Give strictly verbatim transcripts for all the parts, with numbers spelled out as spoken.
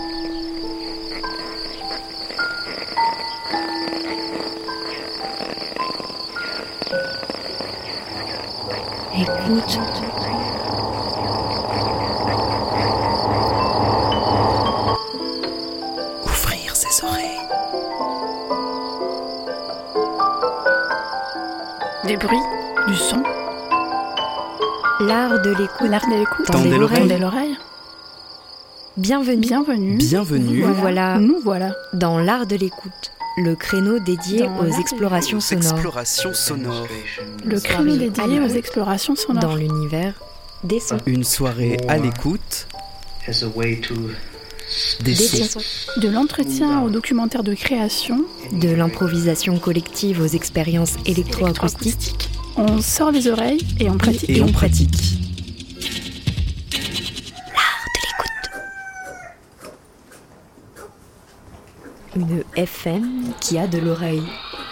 Écoute. Ouvrir ses oreilles. Des bruits, du son. L'art de l'écoute. L'art de l'écoute. Tendez l'oreille. Tendez l'oreille. Bienvenue. Bienvenue. Bienvenue. Nous voilà Nous voilà. dans l'art de l'écoute, le créneau dédié Dans aux l'art de explorations Aux sonores. explorations sonores. Le créneau dédié aux explorations sonores. Dans l'univers des sons. Une soirée à l'écoute. Des Des sons. sons. De l'entretien au documentaire de création. De l'improvisation collective aux expériences électroacoustiques. On sort les oreilles et on pratique. Et on pratique. L'art de l'écoute. Une F M qui a de l'oreille.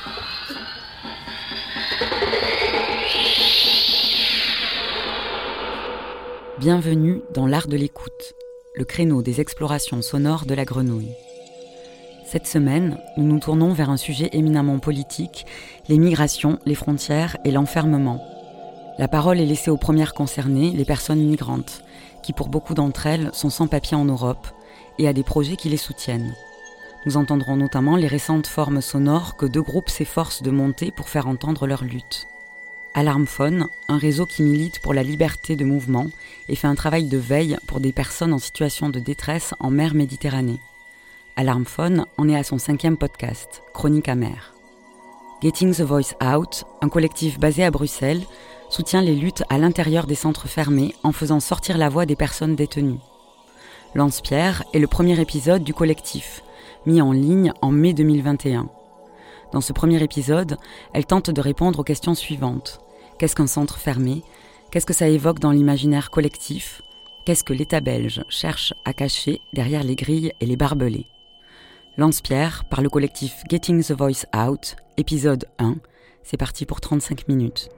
Bienvenue dans l'art de l'écoute, le créneau des explorations sonores de la grenouille. Cette semaine, nous nous tournons vers un sujet éminemment politique, les migrations, les frontières et l'enfermement. La parole est laissée aux premières concernées, les personnes migrantes, qui pour beaucoup d'entre elles sont sans papier en Europe, et à des projets qui les soutiennent. Nous entendrons notamment les récentes formes sonores que deux groupes s'efforcent de monter pour faire entendre leur lutte. Alarmphone, un réseau qui milite pour la liberté de mouvement et fait un travail de veille pour des personnes en situation de détresse en mer Méditerranée. Alarmphone en est à son cinquième podcast, Chronique amère. Getting the Voice Out, un collectif basé à Bruxelles, soutient les luttes à l'intérieur des centres fermés en faisant sortir la voix des personnes détenues. Lance-Pierre est le premier épisode du collectif, mis en ligne en mai deux mille vingt et un. Dans ce premier épisode, elle tente de répondre aux questions suivantes. Qu'est-ce qu'un centre fermé ? Qu'est-ce que ça évoque dans l'imaginaire collectif ? Qu'est-ce que l'État belge cherche à cacher derrière les grilles et les barbelés ? Lance-Pierre par le collectif Getting the Voice Out, épisode un. C'est parti pour trente-cinq minutes.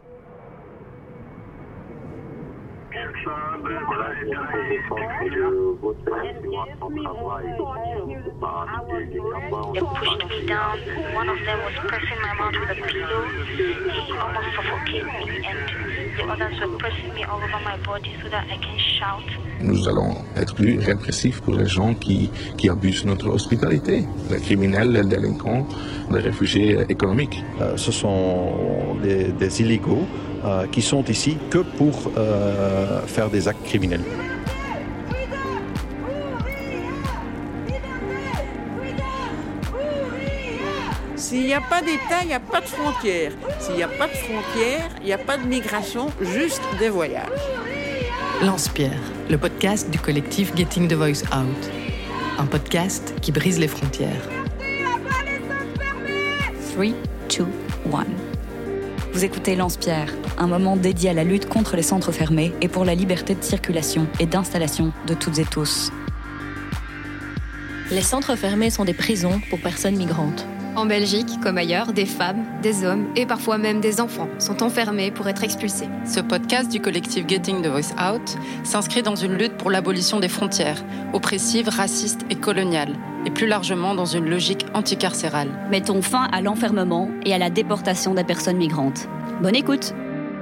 They pushed me down. One of them was pressing my mouth with a pillow. He almost suffocated me, and the others were pressing me all over my body so that I can shout. Nous allons être plus répressifs pour les gens qui, qui abusent de notre hospitalité, les criminels, les délinquants, les réfugiés économiques. Euh, ce sont des, des illégaux euh, qui sont ici que pour euh, faire des actes criminels. S'il n'y a pas d'État, il n'y a pas de frontières. S'il n'y a pas de frontières, il n'y a pas de migration, juste des voyages. Lance-Pierre, le podcast du collectif Getting the Voice Out. Un podcast qui brise les frontières. trois, deux, un. Vous écoutez Lance-Pierre, un moment dédié à la lutte contre les centres fermés et pour la liberté de circulation et d'installation de toutes et tous. Les centres fermés sont des prisons pour personnes migrantes. En Belgique, comme ailleurs, des femmes, des hommes et parfois même des enfants sont enfermés pour être expulsés. Ce podcast du collectif Getting the Voice Out s'inscrit dans une lutte pour l'abolition des frontières, oppressives, racistes et coloniales, et plus largement dans une logique anticarcérale. Mettons fin à l'enfermement et à la déportation des personnes migrantes. Bonne écoute!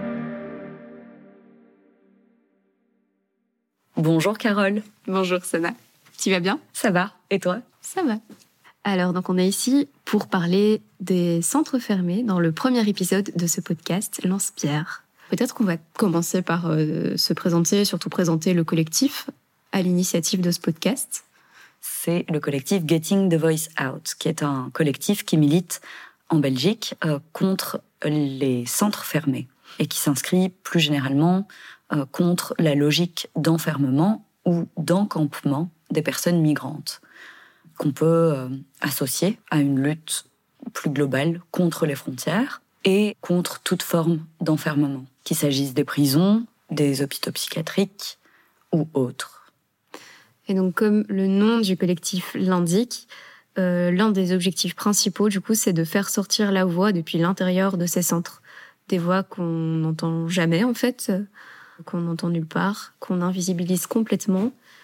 Bonjour Carole. Bonjour Sana. Tu vas bien ? Ça va. Et toi ? Ça va. Alors, donc, on est ici pour parler des centres fermés dans le premier épisode de ce podcast, Lance-Pierre. Peut-être qu'on va commencer par euh, se présenter, surtout présenter le collectif à l'initiative de ce podcast. C'est le collectif Getting the Voice Out, qui est un collectif qui milite en Belgique euh, contre les centres fermés et qui s'inscrit plus généralement euh, contre la logique d'enfermement ou d'encampement des personnes migrantes, qu'on peut euh, associer à une lutte plus globale contre les frontières et contre toute forme d'enfermement, qu'il s'agisse des prisons, des hôpitaux psychiatriques ou autres. Et donc, comme le nom du collectif l'indique, euh, l'un des objectifs principaux, du coup, c'est de faire sortir la voix depuis l'intérieur de ces centres. Des voix qu'on n'entend jamais, en fait, euh, qu'on n'entend nulle part, qu'on invisibilise complètement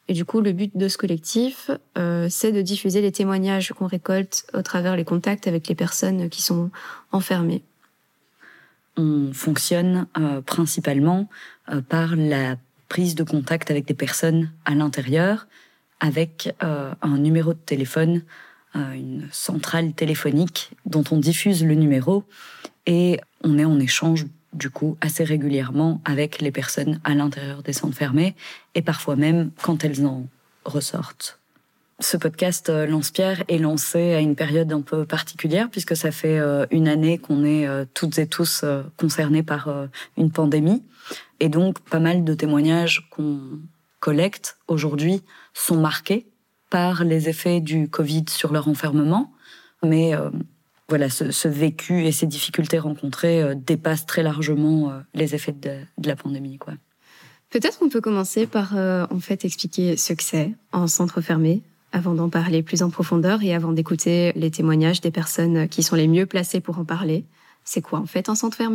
Et du coup, le but de ce collectif, euh, c'est de diffuser les témoignages qu'on récolte au travers les contacts avec les personnes qui sont enfermées. On fonctionne euh, principalement euh, par la prise de contact avec des personnes à l'intérieur, avec euh, un numéro de téléphone, euh, une centrale téléphonique dont on diffuse le numéro, et on est en échange du coup assez régulièrement avec les personnes à l'intérieur des centres fermés, et parfois même quand elles en ressortent. Ce podcast euh, Lance-Pierre est lancé à une période un peu particulière, puisque ça fait euh, une année qu'on est euh, toutes et tous euh, concernés par euh, une pandémie. Et donc, pas mal de témoignages qu'on collecte aujourd'hui sont marqués par les effets du Covid sur leur enfermement. Mais euh, voilà, ce, ce vécu et ces difficultés rencontrées euh, dépassent très largement euh, les effets de, de la pandémie, quoi. Peut-être qu'on peut commencer par euh, en fait expliquer ce que c'est en centre fermé, avant d'en parler plus en profondeur et avant d'écouter les témoignages des personnes qui sont les mieux placées pour en parler. C'est quoi en fait un centre fermé ?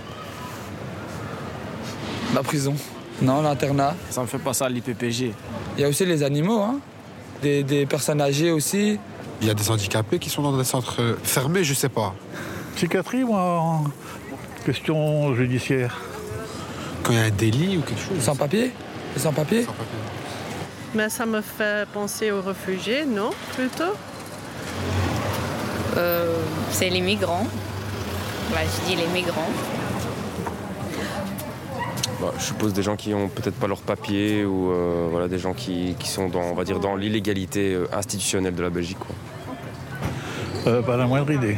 La prison. Non, l'internat. Ça me fait penser à l'I P P G. Il y a aussi les animaux, hein. Des, des personnes âgées aussi. Il y a des handicapés qui sont dans des centres fermés, je sais pas. Psychiatrie ou en question judiciaire ? Quand il y a un délit ou quelque chose. Sans papier ? Sans papier ? Sans papier. Mais ça me fait penser aux réfugiés, non, plutôt euh, C'est les migrants. Bah, je dis les migrants. Bah, je suppose des gens qui ont peut-être pas leurs papiers ou euh, voilà, des gens qui, qui sont dans, on va dire, dans l'illégalité institutionnelle de la Belgique, quoi. Euh, pas la moindre idée.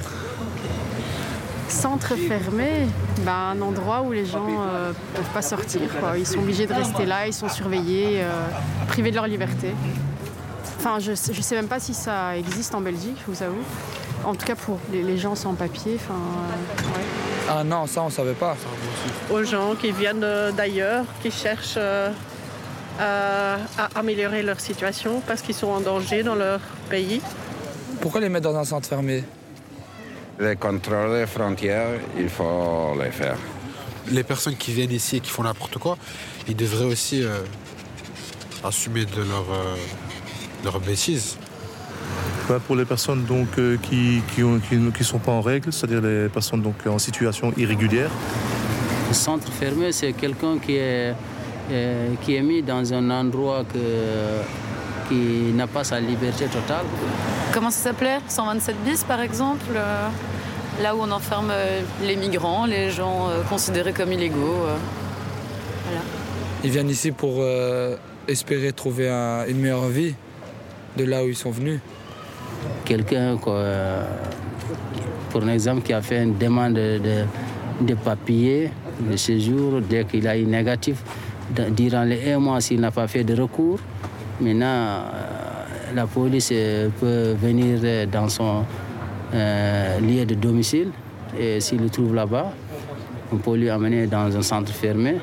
Centre fermé, ben, un endroit où les gens ne euh, peuvent pas sortir, quoi. Ils sont obligés de rester là, ils sont surveillés, euh, privés de leur liberté. Enfin, je ne sais même pas si ça existe en Belgique, je vous avoue. En tout cas pour les, les gens sans papier. Euh, ouais. Ah non, ça on ne savait pas. Aux gens qui viennent d'ailleurs, qui cherchent euh, à, à améliorer leur situation parce qu'ils sont en danger dans leur pays. Pourquoi les mettre dans un centre fermé ? Les contrôles des frontières, il faut les faire. Les personnes qui viennent ici et qui font n'importe quoi, ils devraient aussi euh, assumer de leur, euh, leur bêtises. Ouais, pour les personnes donc, euh, qui ne qui, qui, qui sont pas en règle, c'est-à-dire les personnes donc, en situation irrégulière. Le centre fermé, c'est quelqu'un qui est, euh, qui est mis dans un endroit que, qui n'a pas sa liberté totale. Comment ça s'appelait ? cent vingt-sept bis, par exemple, euh, là où on enferme euh, les migrants, les gens euh, considérés comme illégaux. Euh, voilà. Ils viennent ici pour euh, espérer trouver un, une meilleure vie de là où ils sont venus. Quelqu'un, quoi, euh, pour exemple, qui a fait une demande de, de, de papier, de séjour, dès qu'il a eu négatif, durant les un mois, s'il n'a pas fait de recours, maintenant, euh, la police peut venir dans son euh, lieu de domicile et s'il le trouve là-bas, on peut lui amener dans un centre fermé.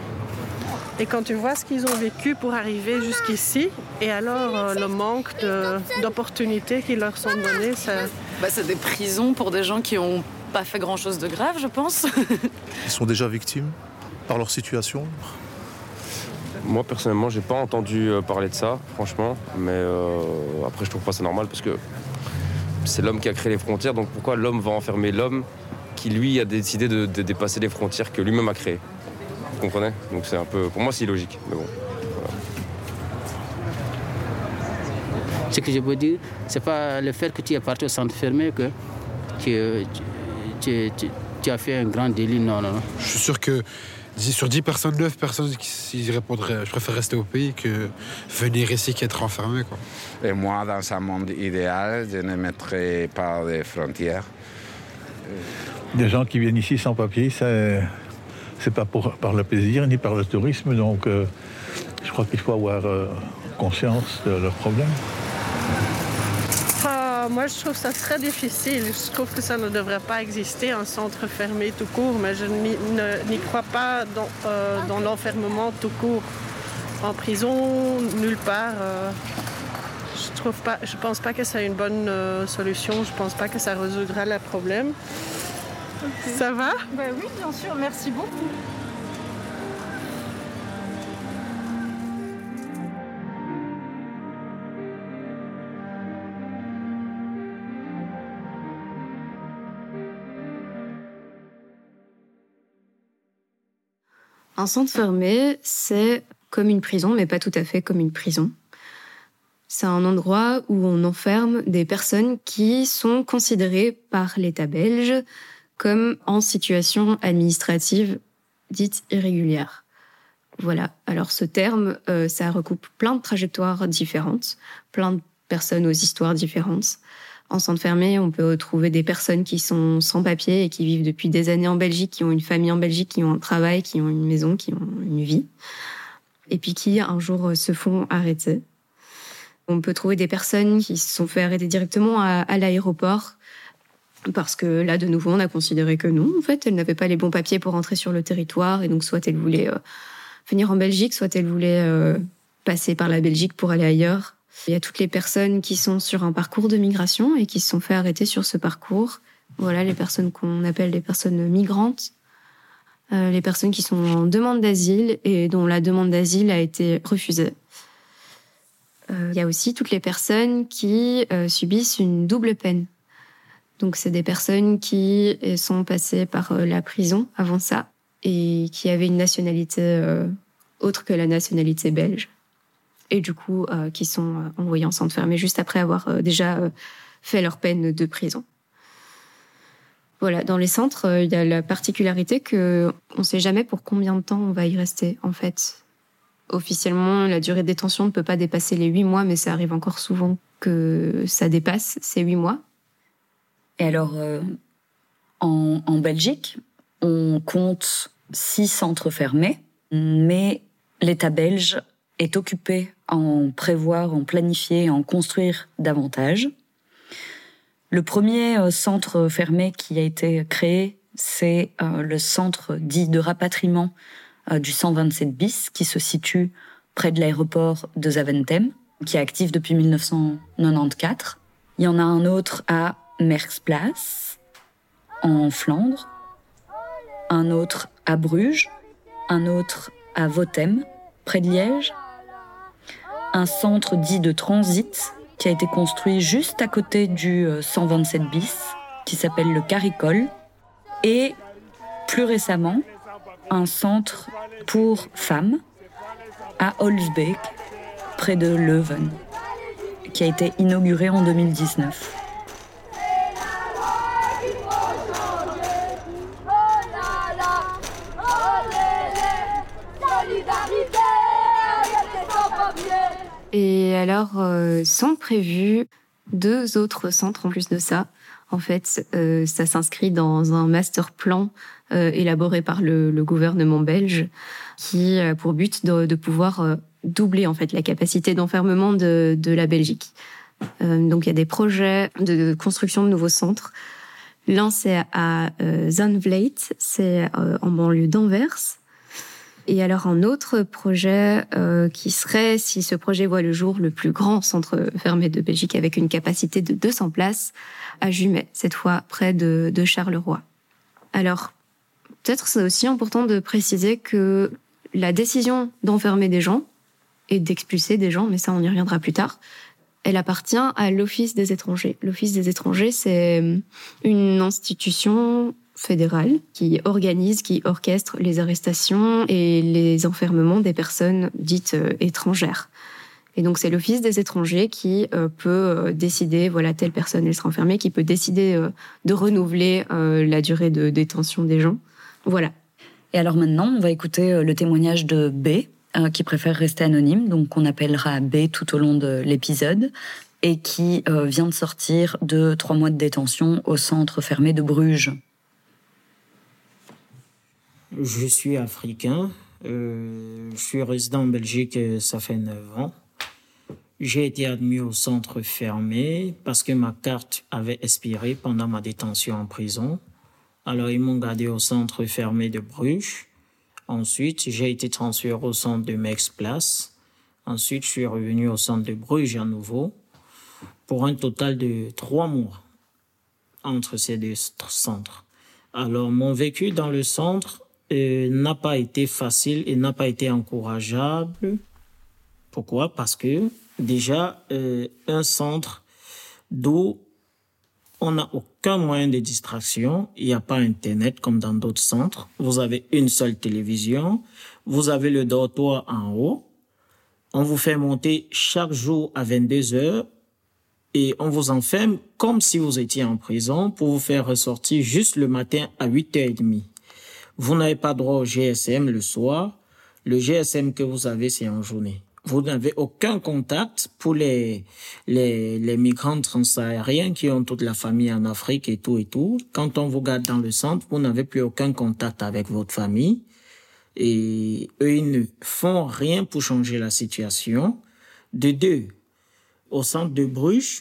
Et quand tu vois ce qu'ils ont vécu pour arriver jusqu'ici, et alors euh, le manque de, d'opportunités qui leur sont données, ça... Bah, c'est des prisons pour des gens qui n'ont pas fait grand-chose de grave, je pense. Ils sont déjà victimes par leur situation. Moi, personnellement, j'ai pas entendu parler de ça, franchement. Mais euh, après, je trouve pas ça normal parce que c'est l'homme qui a créé les frontières. Donc pourquoi l'homme va enfermer l'homme qui, lui, a décidé de, de dépasser les frontières que lui-même a créées ? Vous comprenez ? Donc c'est un peu... Pour moi, c'est illogique. Mais bon, voilà. Ce que je veux dire, c'est pas le fait que tu es parti au centre fermé que tu, tu, tu, tu as fait un grand délit. Non, non, non. Je suis sûr que sur dix personnes, neuf personnes qui répondraient « je préfère rester au pays que venir ici qu'être enfermé ». Et moi, dans un monde idéal, je ne mettrais pas de frontières. Des gens qui viennent ici sans papier, c'est, c'est pas pour, par le plaisir ni par le tourisme. Donc euh, je crois qu'il faut avoir euh, conscience de leurs problèmes. Ah, moi, je trouve ça très difficile. Je trouve que ça ne devrait pas exister, un centre fermé tout court, mais je n'y, ne, n'y crois pas dans, euh, dans l'enfermement tout court. En prison, nulle part. Euh, je trouve pas, je pense pas que c'est une bonne euh, solution. Je pense pas que ça résoudra le problème. Okay. Ça va ? Ben oui, bien sûr. Merci beaucoup. Un centre fermé, c'est comme une prison, mais pas tout à fait comme une prison. C'est un endroit où on enferme des personnes qui sont considérées par l'État belge comme en situation administrative dite irrégulière. Voilà. Alors ce terme, euh, ça recoupe plein de trajectoires différentes, plein de personnes aux histoires différentes. En centre fermé, on peut retrouver des personnes qui sont sans papier et qui vivent depuis des années en Belgique, qui ont une famille en Belgique, qui ont un travail, qui ont une maison, qui ont une vie, et puis qui un jour se font arrêter. On peut trouver des personnes qui se sont fait arrêter directement à, à l'aéroport parce que là, de nouveau, on a considéré que non, en fait, elles n'avaient pas les bons papiers pour entrer sur le territoire et donc soit elles voulaient euh, venir en Belgique, soit elles voulaient euh, passer par la Belgique pour aller ailleurs. Il y a toutes les personnes qui sont sur un parcours de migration et qui se sont fait arrêter sur ce parcours. Voilà, les personnes qu'on appelle les personnes migrantes, euh, les personnes qui sont en demande d'asile et dont la demande d'asile a été refusée. Euh, il y a aussi toutes les personnes qui euh, subissent une double peine. Donc, c'est des personnes qui sont passées par euh, la prison avant ça et qui avaient une nationalité euh, autre que la nationalité belge. Et du coup, euh, qui sont euh, envoyés en centre fermé juste après avoir euh, déjà euh, fait leur peine de prison. Voilà, dans les centres, euh, il y a la particularité qu'on ne sait jamais pour combien de temps on va y rester, en fait. Officiellement, la durée de détention ne peut pas dépasser les huit mois, mais ça arrive encore souvent que ça dépasse ces huit mois. Et alors, euh, en, en Belgique, on compte six centres fermés, mais l'État belge est occupé à en prévoir, en planifier, en construire davantage. Le premier centre fermé qui a été créé, c'est euh, le centre dit de rapatriement euh, du cent vingt-sept bis, qui se situe près de l'aéroport de Zaventem, qui est actif depuis mille neuf cent quatre-vingt-quatorze. Il y en a un autre à Merksplas, en Flandre, un autre à Bruges, un autre à Votem, près de Liège, un centre dit de transit qui a été construit juste à côté du cent vingt-sept bis, qui s'appelle le Caricol, et plus récemment, un centre pour femmes à Olsbeek, près de Leuven, qui a été inauguré en deux mille dix-neuf. Et alors, euh, sont prévus deux autres centres en plus de ça. En fait, euh, ça s'inscrit dans un master plan euh, élaboré par le, le gouvernement belge qui a pour but de, de pouvoir euh, doubler en fait la capacité d'enfermement de, de la Belgique. Euh, donc, il y a des projets de construction de nouveaux centres. L'un, c'est à euh, Zandvliet, c'est euh, en banlieue d'Anvers. Et alors un autre projet euh, qui serait, si ce projet voit le jour, le plus grand centre fermé de Belgique avec une capacité de deux cents places à Jumet, cette fois près de, de Charleroi. Alors, peut-être c'est aussi important de préciser que la décision d'enfermer des gens et d'expulser des gens, mais ça on y reviendra plus tard, elle appartient à l'Office des étrangers. L'Office des étrangers, c'est une institution fédérale qui organise, qui orchestre les arrestations et les enfermements des personnes dites euh, étrangères. Et donc c'est l'Office des étrangers qui euh, peut euh, décider, voilà, telle personne elle sera enfermée, qui peut décider euh, de renouveler euh, la durée de détention des gens. Voilà. Et alors maintenant, on va écouter euh, le témoignage de B, euh, qui préfère rester anonyme, donc on appellera B tout au long de l'épisode, et qui euh, vient de sortir de trois mois de détention au centre fermé de Bruges. Je suis africain, euh, je suis résident en Belgique, ça fait neuf ans. J'ai été admis au centre fermé parce que ma carte avait expiré pendant ma détention en prison. Alors ils m'ont gardé au centre fermé de Bruges. Ensuite, j'ai été transféré au centre de Merksplas. Ensuite, je suis revenu au centre de Bruges à nouveau pour un total de trois mois entre ces deux centres. Alors mon vécu dans le centre Euh, n'a pas été facile et n'a pas été encourageable. Pourquoi? Parce que déjà, euh, un centre d'où On n'a aucun moyen de distraction. Il n'y a pas Internet comme dans d'autres centres. Vous avez une seule télévision. Vous avez le dortoir en haut. On vous fait monter chaque jour à vingt-deux heures et on vous enferme comme si vous étiez en prison pour vous faire ressortir juste le matin à huit heures trente. Vous n'avez pas droit au G S M le soir. Le G S M que vous avez, c'est en journée. Vous n'avez aucun contact pour les, les, les migrants transsahariens qui ont toute la famille en Afrique et tout et tout. Quand on vous garde dans le centre, vous n'avez plus aucun contact avec votre famille. Et eux, ils ne font rien pour changer la situation. De deux, au centre de Bruges,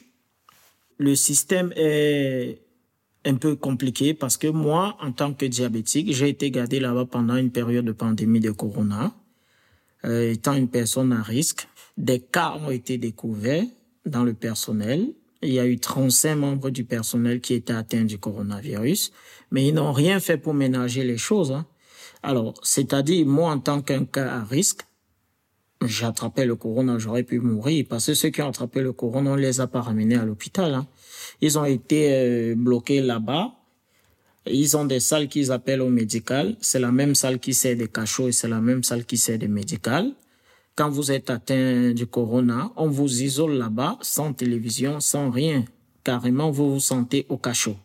le système est un peu compliqué parce que moi, en tant que diabétique, j'ai été gardé là-bas pendant une période de pandémie de corona. Euh, étant une personne à risque, des cas ont été découverts dans le personnel. Il y a eu trente-cinq membres du personnel qui étaient atteints du coronavirus, mais ils n'ont rien fait pour ménager les choses, hein. Alors, c'est-à-dire, moi, en tant qu'un cas à risque, j'ai attrapé le corona, j'aurais pu mourir, parce que ceux qui ont attrapé le corona, on les a pas ramenés à l'hôpital, hein. Ils ont été euh, bloqués là-bas. Ils ont des salles qu'ils appellent au médical. C'est la même salle qui sert des cachots et c'est la même salle qui sert des médicales. Quand vous êtes atteint du corona, on vous isole là-bas, sans télévision, sans rien. Carrément, vous vous sentez au cachot.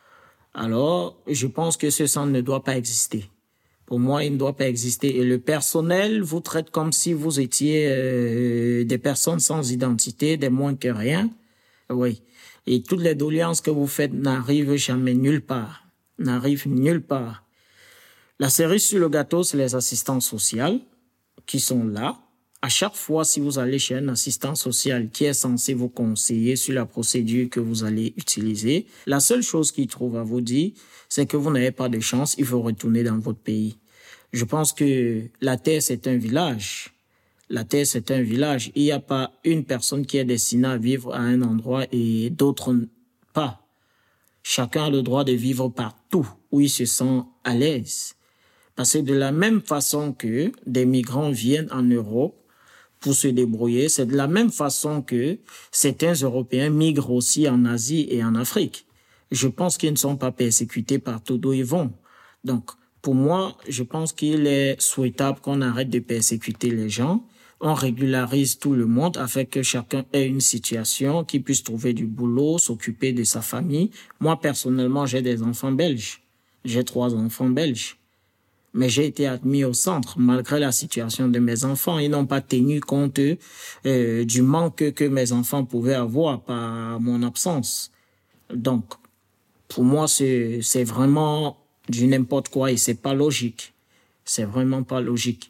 Alors, je pense que ce centre ne doit pas exister. Pour moi, il ne doit pas exister. Et le personnel vous traite comme si vous étiez euh, des personnes sans identité, des moins que rien. Oui. Et toutes les doléances que vous faites n'arrivent jamais nulle part. N'arrivent nulle part. La cerise sur le gâteau, c'est les assistants sociaux qui sont là. À chaque fois, si vous allez chez un assistant social qui est censé vous conseiller sur la procédure que vous allez utiliser, la seule chose qu'il trouve à vous dire, c'est que vous n'avez pas de chance, il faut retourner dans votre pays. Je pense que la Terre, c'est un village. La Terre, c'est un village. Il n'y a pas une personne qui est destinée à vivre à un endroit et d'autres pas. Chacun a le droit de vivre partout où il se sent à l'aise. Parce que de la même façon que des migrants viennent en Europe pour se débrouiller, c'est de la même façon que certains Européens migrent aussi en Asie et en Afrique. Je pense qu'ils ne sont pas persécutés partout d'où ils vont. Donc, pour moi, je pense qu'il est souhaitable qu'on arrête de persécuter les gens. On régularise tout le monde afin que chacun ait une situation, qu'il puisse trouver du boulot, s'occuper de sa famille. Moi, personnellement, j'ai des enfants belges. J'ai trois enfants belges. Mais j'ai été admis au centre, malgré la situation de mes enfants. Ils n'ont pas tenu compte euh, du manque que mes enfants pouvaient avoir par mon absence. Donc, pour moi, c'est, c'est vraiment du n'importe quoi et c'est pas logique. C'est vraiment pas logique.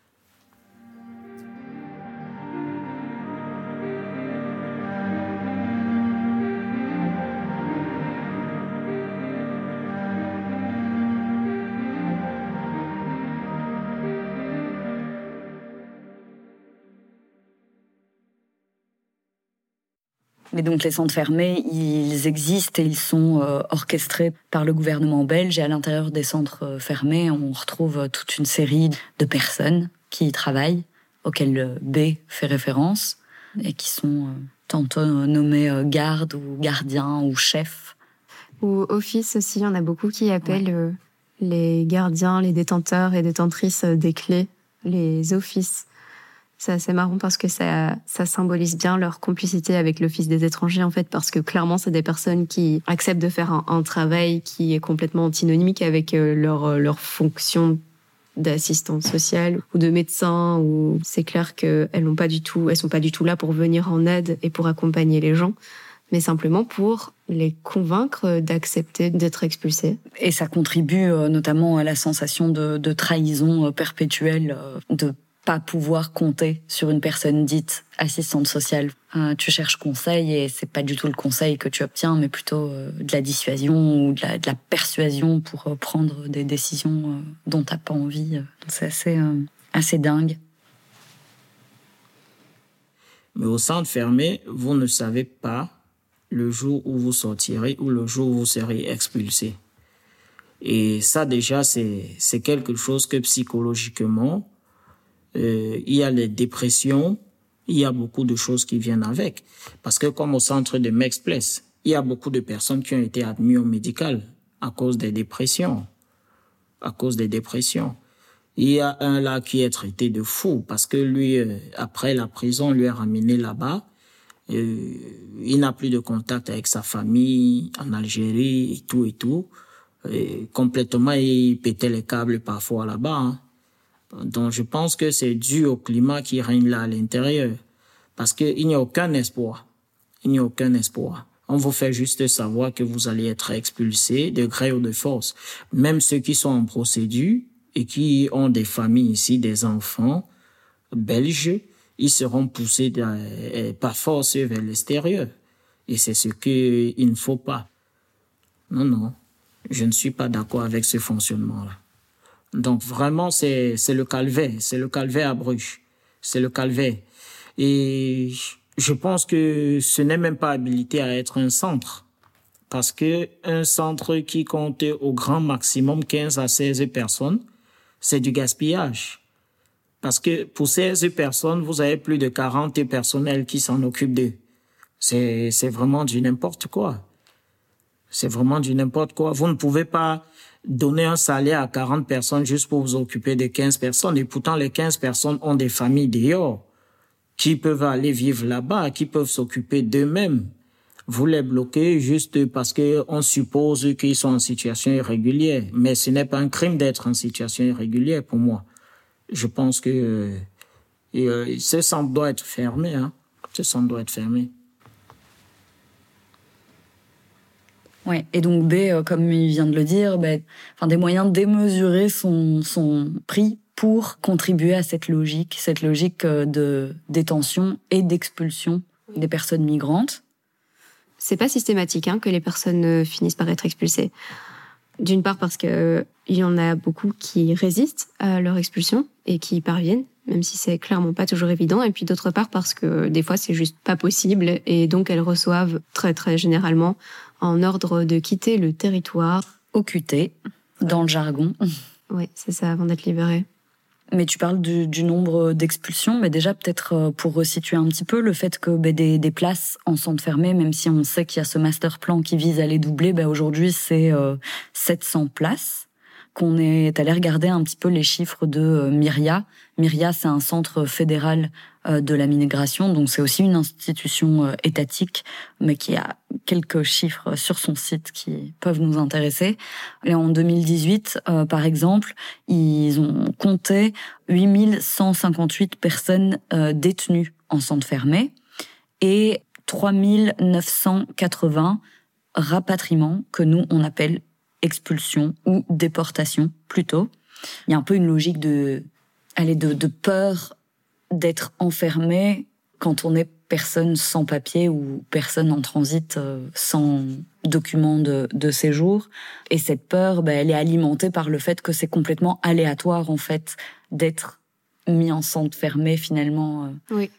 Mais donc les centres fermés, ils existent et ils sont euh, orchestrés par le gouvernement belge. Et à l'intérieur des centres fermés, on retrouve toute une série de personnes qui y travaillent, auxquelles B fait référence, et qui sont euh, tantôt nommés euh, gardes ou gardiens ou chefs. Ou office aussi, il y en a beaucoup qui appellent ouais. euh, les gardiens, les détenteurs et détentrices des clés, les offices. C'est assez marrant parce que ça, ça symbolise bien leur complicité avec l'Office des étrangers, en fait, parce que clairement, c'est des personnes qui acceptent de faire un, un travail qui est complètement antinomique avec leur, leur fonction d'assistante sociale ou de médecin. Ou c'est clair qu'elles n'ont pas du tout, elles sont pas du tout là pour venir en aide et pour accompagner les gens, mais simplement pour les convaincre d'accepter d'être expulsés. Et ça contribue notamment à la sensation de, de trahison perpétuelle, de pas pouvoir compter sur une personne dite assistante sociale. Euh, tu cherches conseil et c'est pas du tout le conseil que tu obtiens, mais plutôt euh, de la dissuasion ou de la, de la persuasion pour euh, prendre des décisions euh, dont t'as pas envie. C'est assez, euh, assez dingue. Mais au centre fermé, vous ne savez pas le jour où vous sortirez ou le jour où vous serez expulsé. Et ça déjà, c'est, c'est quelque chose que psychologiquement, Euh, il y a les dépressions, il y a beaucoup de choses qui viennent avec. Parce que comme au centre de Mexpress, il y a beaucoup de personnes qui ont été admises au médical à cause des dépressions. À cause des dépressions. Il y a un là qui est traité de fou parce que lui, euh, après la prison, on lui a ramené là-bas. Euh, il n'a plus de contact avec sa famille en Algérie et tout et tout. Et complètement, il pétait les câbles parfois là-bas. Hein. Donc, je pense que c'est dû au climat qui règne là à l'intérieur. Parce qu'il n'y a aucun espoir. Il n'y a aucun espoir. On vous fait juste savoir que vous allez être expulsé de gré ou de force. Même ceux qui sont en procédure et qui ont des familles ici, des enfants belges, ils seront poussés de, par force vers l'extérieur. Et c'est ce qu'il ne faut pas. Non, non. Je ne suis pas d'accord avec ce fonctionnement-là. Donc vraiment, c'est, c'est le calvaire. C'est le calvaire à Bruges. C'est le calvaire. Et je pense que ce n'est même pas habilité à être un centre. Parce que un centre qui compte au grand maximum quinze à seize personnes, c'est du gaspillage. Parce que pour seize personnes, vous avez plus de quarante personnels qui s'en occupent d'eux. C'est, c'est vraiment du n'importe quoi. C'est vraiment du n'importe quoi. Vous ne pouvez pas donner un salaire à quarante personnes juste pour vous occuper de quinze personnes. Et pourtant, les quinze personnes ont des familles dehors qui peuvent aller vivre là-bas, qui peuvent s'occuper d'eux-mêmes. Vous les bloquez juste parce que on suppose qu'ils sont en situation irrégulière. Mais ce n'est pas un crime d'être en situation irrégulière pour moi. Je pense que euh, ce centre doit être fermé. Hein. Ce centre doit être fermé. Ouais. Et donc B, euh, comme il vient de le dire, bah, enfin, des moyens démesurés sont, sont pris pour contribuer à cette logique, cette logique de détention et d'expulsion des personnes migrantes. C'est pas systématique hein, que les personnes finissent par être expulsées. D'une part parce que il y en a beaucoup qui résistent à leur expulsion et qui y parviennent, même si c'est clairement pas toujours évident. Et puis d'autre part parce que des fois c'est juste pas possible et donc elles reçoivent très très généralement en ordre de quitter le territoire. O Q T, dans le jargon. Oui, c'est ça, avant d'être libérées. Mais tu parles du, du nombre d'expulsions, mais déjà peut-être pour resituer un petit peu le fait que bah, des, des places en centre fermé, même si on sait qu'il y a ce master plan qui vise à les doubler, bah, aujourd'hui c'est euh, sept cents places. Qu'on est allé regarder un petit peu les chiffres de euh, Myria. Myria, c'est un centre fédéral euh, de la migration, donc c'est aussi une institution euh, étatique, mais qui a quelques chiffres sur son site qui peuvent nous intéresser. Et en deux mille dix-huit, euh, par exemple, ils ont compté huit mille cent cinquante-huit personnes euh, détenues en centre fermé et trois mille neuf cent quatre-vingts rapatriements que nous, on appelle expulsion ou déportation, plutôt. Il y a un peu une logique de, allez, de, de peur d'être enfermé quand on est personne sans papier ou personne en transit euh, sans document de, de séjour. Et cette peur, bah, elle est alimentée par le fait que c'est complètement aléatoire, en fait, d'être mis en centre fermé, finalement. Euh. Oui.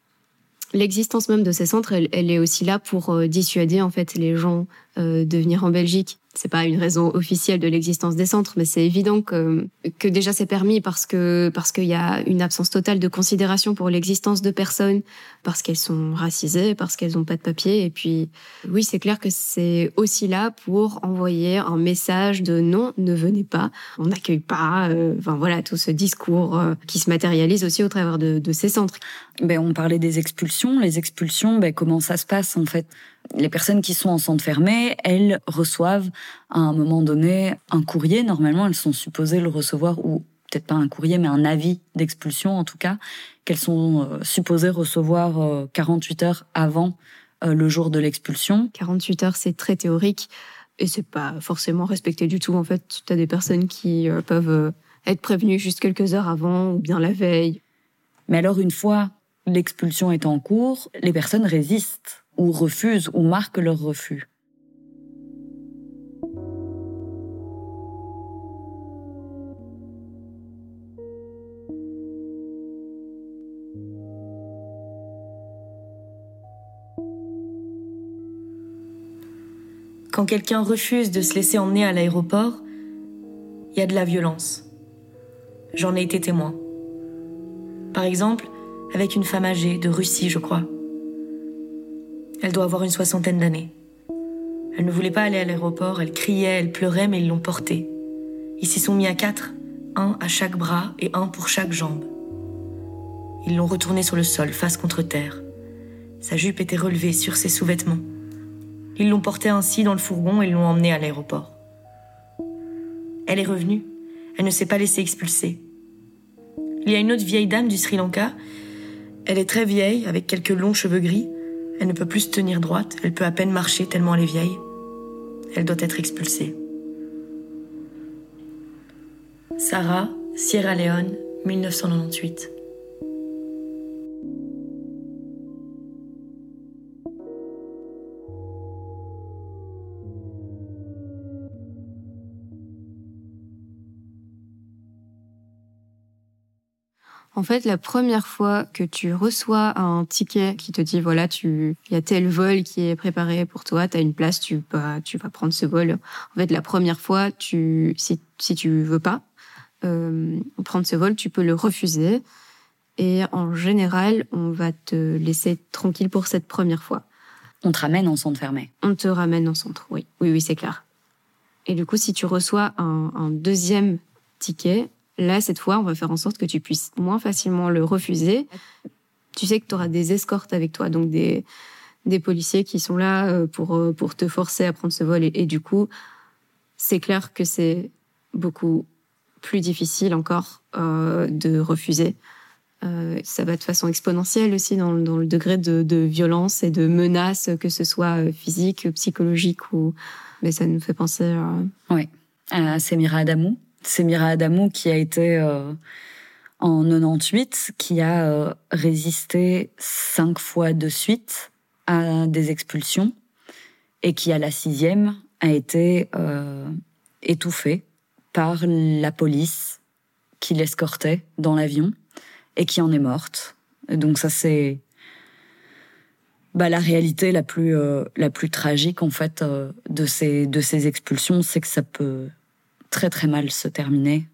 L'existence même de ces centres, elle, elle est aussi là pour euh, dissuader, en fait, les gens euh, de venir en Belgique. C'est pas une raison officielle de l'existence des centres, mais c'est évident que, que déjà c'est permis parce que, parce qu'il y a une absence totale de considération pour l'existence de personnes, parce qu'elles sont racisées, parce qu'elles ont pas de papier. Et puis, oui, c'est clair que c'est aussi là pour envoyer un message de non, ne venez pas, on n'accueille pas, euh, enfin voilà, tout ce discours euh, qui se matérialise aussi au travers de, de ces centres. Ben, on parlait des expulsions. Les expulsions, ben, comment ça se passe, en fait? Les personnes qui sont en centre fermé, elles reçoivent à un moment donné un courrier. Normalement, elles sont supposées le recevoir, ou peut-être pas un courrier, mais un avis d'expulsion en tout cas, qu'elles sont euh, supposées recevoir euh, quarante-huit heures avant euh, le jour de l'expulsion. quarante-huit heures, c'est très théorique et c'est pas forcément respecté du tout. En fait, tu as des personnes qui euh, peuvent euh, être prévenues juste quelques heures avant ou bien la veille. Mais alors, une fois l'expulsion est en cours, les personnes résistent ou refusent ou marquent leur refus. Quand quelqu'un refuse de se laisser emmener à l'aéroport, il y a de la violence. J'en ai été témoin. Par exemple, avec une femme âgée de Russie, je crois. Elle doit avoir une soixantaine d'années. Elle ne voulait pas aller à l'aéroport, elle criait, elle pleurait, mais ils l'ont portée. Ils s'y sont mis à quatre, un à chaque bras et un pour chaque jambe. Ils l'ont retournée sur le sol, face contre terre. Sa jupe était relevée sur ses sous-vêtements. Ils l'ont portée ainsi dans le fourgon et l'ont emmenée à l'aéroport. Elle est revenue. Elle ne s'est pas laissée expulser. Il y a une autre vieille dame du Sri Lanka. Elle est très vieille, avec quelques longs cheveux gris. Elle ne peut plus se tenir droite. Elle peut à peine marcher tellement elle est vieille. Elle doit être expulsée. Sarah, Sierra Leone, mille neuf cent quatre-vingt-dix-huit. En fait, la première fois que tu reçois un ticket qui te dit, voilà, tu, il y a tel vol qui est préparé pour toi, t'as une place, tu vas, tu vas prendre ce vol. En fait, la première fois, tu, si, si tu veux pas, euh, prendre ce vol, tu peux le refuser. Et en général, on va te laisser tranquille pour cette première fois. On te ramène en centre fermé. On te ramène en centre, oui. Oui, oui, c'est clair. Et du coup, si tu reçois un, un deuxième ticket, là, cette fois, on va faire en sorte que tu puisses moins facilement le refuser. Tu sais que tu auras des escortes avec toi, donc des, des policiers qui sont là pour, pour te forcer à prendre ce vol. Et, et du coup, c'est clair que c'est beaucoup plus difficile encore euh, de refuser. Euh, ça va de façon exponentielle aussi dans, dans le degré de, de violence et de menace, que ce soit physique, psychologique ou... Mais ça nous fait penser à... Oui, à Semira Adamou. Semira Adamou qui a été euh, en quatre-vingt-dix-huit, qui a euh, résisté cinq fois de suite à des expulsions et qui, à la sixième, a été euh, étouffée par la police qui l'escortait dans l'avion et qui en est morte. Et donc ça, c'est bah, la réalité la plus, euh, la plus tragique en fait euh, de ces, de ces expulsions, c'est que ça peut très très mal se terminer.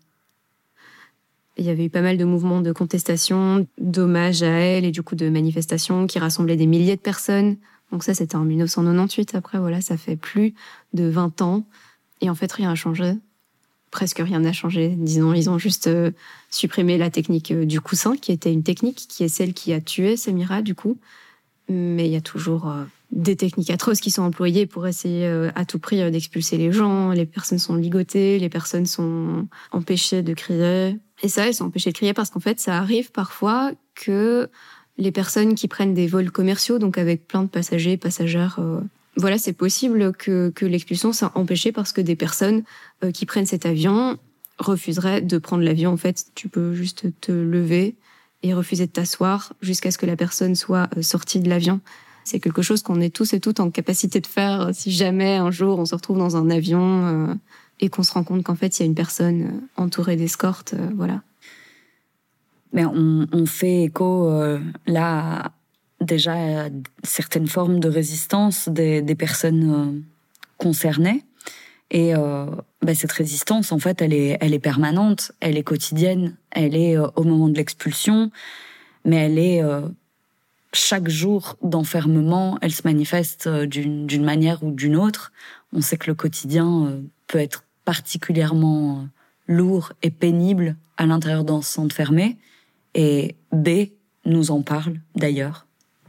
Il y avait eu pas mal de mouvements de contestation, d'hommage à elle et du coup de manifestations qui rassemblaient des milliers de personnes. Donc ça, c'était en mille neuf cent quatre-vingt-dix-huit. Après, voilà, ça fait plus de vingt ans. Et en fait, rien n'a changé. Presque rien n'a changé. Disons, ils ont juste euh, supprimé la technique euh, du coussin, qui était une technique qui est celle qui a tué Semira, du coup. Mais il y a toujours euh, des techniques atroces qui sont employées pour essayer euh, à tout prix euh, d'expulser les gens. Les personnes sont ligotées, les personnes sont empêchées de crier. Et ça, elles sont empêchées de crier parce qu'en fait, ça arrive parfois que les personnes qui prennent des vols commerciaux, donc avec plein de passagers, passagères, euh, voilà, c'est possible que, que l'expulsion soit empêchée parce que des personnes euh, qui prennent cet avion refuseraient de prendre l'avion. En fait, tu peux juste te lever et refuser de t'asseoir jusqu'à ce que la personne soit euh, sortie de l'avion. C'est quelque chose qu'on est tous et toutes en capacité de faire si jamais un jour on se retrouve dans un avion euh, et qu'on se rend compte qu'en fait il y a une personne entourée d'escortes, euh, voilà. Mais on, on fait écho euh, là déjà à certaines formes de résistance des, des personnes euh, concernées. Et euh, bah, cette résistance, en fait, elle est, elle est permanente, elle est quotidienne, elle est euh, au moment de l'expulsion, mais elle est euh, chaque jour d'enfermement, elle se manifeste euh, d'une, d'une manière ou d'une autre. On sait que le quotidien euh, peut être particulièrement euh, lourd et pénible à l'intérieur d'un centre fermé. Et B nous en parle d'ailleurs.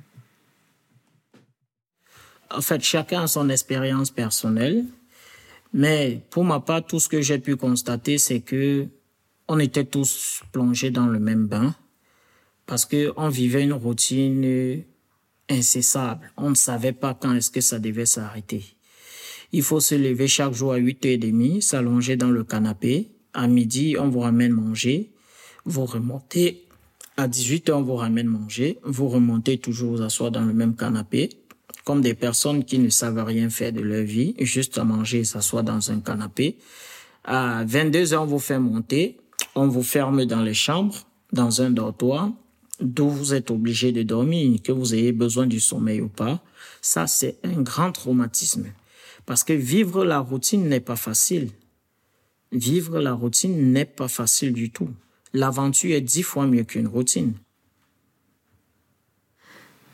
En fait, chacun a son expérience personnelle. Mais pour ma part, tout ce que j'ai pu constater, c'est que on était tous plongés dans le même bain parce que on vivait une routine incessable. On ne savait pas quand est-ce que ça devait s'arrêter. Il faut se lever chaque jour à huit heures trente, s'allonger dans le canapé. À midi, on vous ramène manger. Vous remontez. À dix-huit heures, on vous ramène manger. Vous remontez toujours vous asseoir dans le même canapé. Comme des personnes qui ne savent rien faire de leur vie, juste à manger et s'asseoir dans un canapé. À vingt-deux heures, on vous fait monter, on vous ferme dans les chambres, dans un dortoir, d'où vous êtes obligé de dormir, que vous ayez besoin du sommeil ou pas. Ça, c'est un grand traumatisme. Parce que vivre la routine n'est pas facile. Vivre la routine n'est pas facile du tout. L'aventure est dix fois mieux qu'une routine.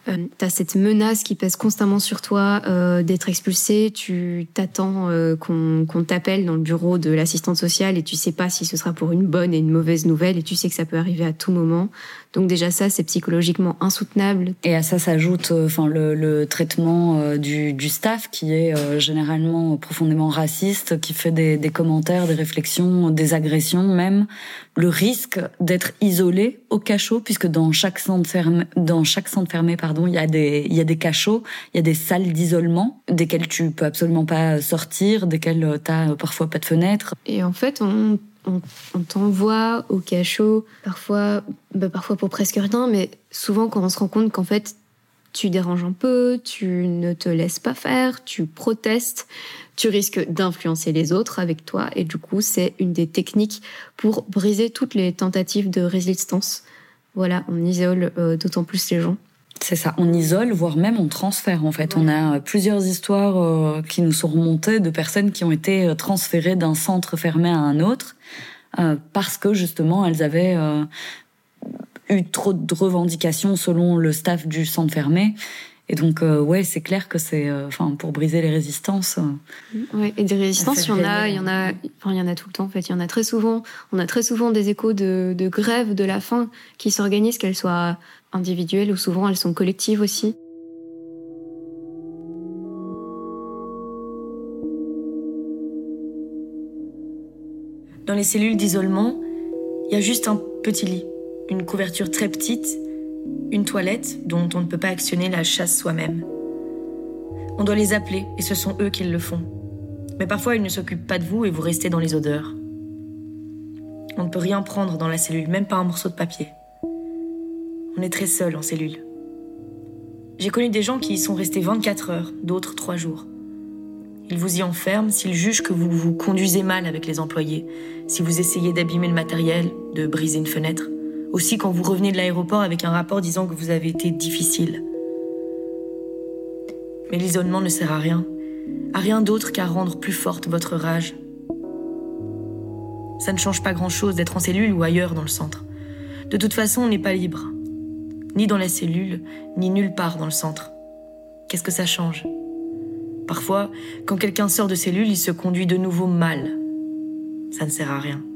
Euh, t'as cette menace qui pèse constamment sur toi euh, d'être expulsé. Tu t'attends euh, qu'on, qu'on t'appelle dans le bureau de l'assistante sociale et tu sais pas si ce sera pour une bonne et une mauvaise nouvelle et tu sais que ça peut arriver à tout moment. Donc déjà ça, c'est psychologiquement insoutenable. Et à ça s'ajoute enfin, le, le traitement euh, du, du staff qui est euh, généralement profondément raciste, qui fait des, des commentaires, des réflexions, des agressions même. Le risque d'être isolé au cachot, puisque dans chaque centre fermé, dans chaque centre fermé, pardon, il y a des, il y a des cachots, il y a des salles d'isolement, desquelles tu peux absolument pas sortir, desquelles t'as parfois pas de fenêtre. Et en fait, on, on, on t'envoie au cachot, parfois, bah parfois pour presque rien, mais souvent quand on se rend compte qu'en fait, tu déranges un peu, tu ne te laisses pas faire, tu protestes, tu risques d'influencer les autres avec toi. Et du coup, c'est une des techniques pour briser toutes les tentatives de résistance. Voilà, on isole euh, d'autant plus les gens. C'est ça, on isole, voire même on transfère en fait. Ouais. On a plusieurs histoires euh, qui nous sont remontées de personnes qui ont été transférées d'un centre fermé à un autre euh, parce que justement elles avaient... Euh, eu trop de revendications selon le staff du centre fermé. Et donc, euh, ouais, c'est clair que c'est... Enfin, euh, pour briser les résistances... Euh, ouais, et des résistances, il y en a, il y en a... Enfin, il y en a tout le temps, en fait. Il y en a très souvent... On a très souvent des échos de, de grèves de la faim qui s'organisent, qu'elles soient individuelles ou souvent elles sont collectives aussi. Dans les cellules d'isolement, il y a juste un petit lit. Une couverture très petite, une toilette dont on ne peut pas actionner la chasse soi-même. On doit les appeler et ce sont eux qui le font. Mais parfois ils ne s'occupent pas de vous et vous restez dans les odeurs. On ne peut rien prendre dans la cellule, même pas un morceau de papier. On est très seul en cellule. J'ai connu des gens qui y sont restés vingt-quatre heures, d'autres trois jours. Ils vous y enferment s'ils jugent que vous vous conduisez mal avec les employés, si vous essayez d'abîmer le matériel, de briser une fenêtre. Aussi quand vous revenez de l'aéroport avec un rapport disant que vous avez été difficile. Mais l'isolement ne sert à rien. À rien d'autre qu'à rendre plus forte votre rage. Ça ne change pas grand-chose d'être en cellule ou ailleurs dans le centre. De toute façon, on n'est pas libre. Ni dans la cellule, ni nulle part dans le centre. Qu'est-ce que ça change ? Parfois, quand quelqu'un sort de cellule, il se conduit de nouveau mal. Ça ne sert à rien.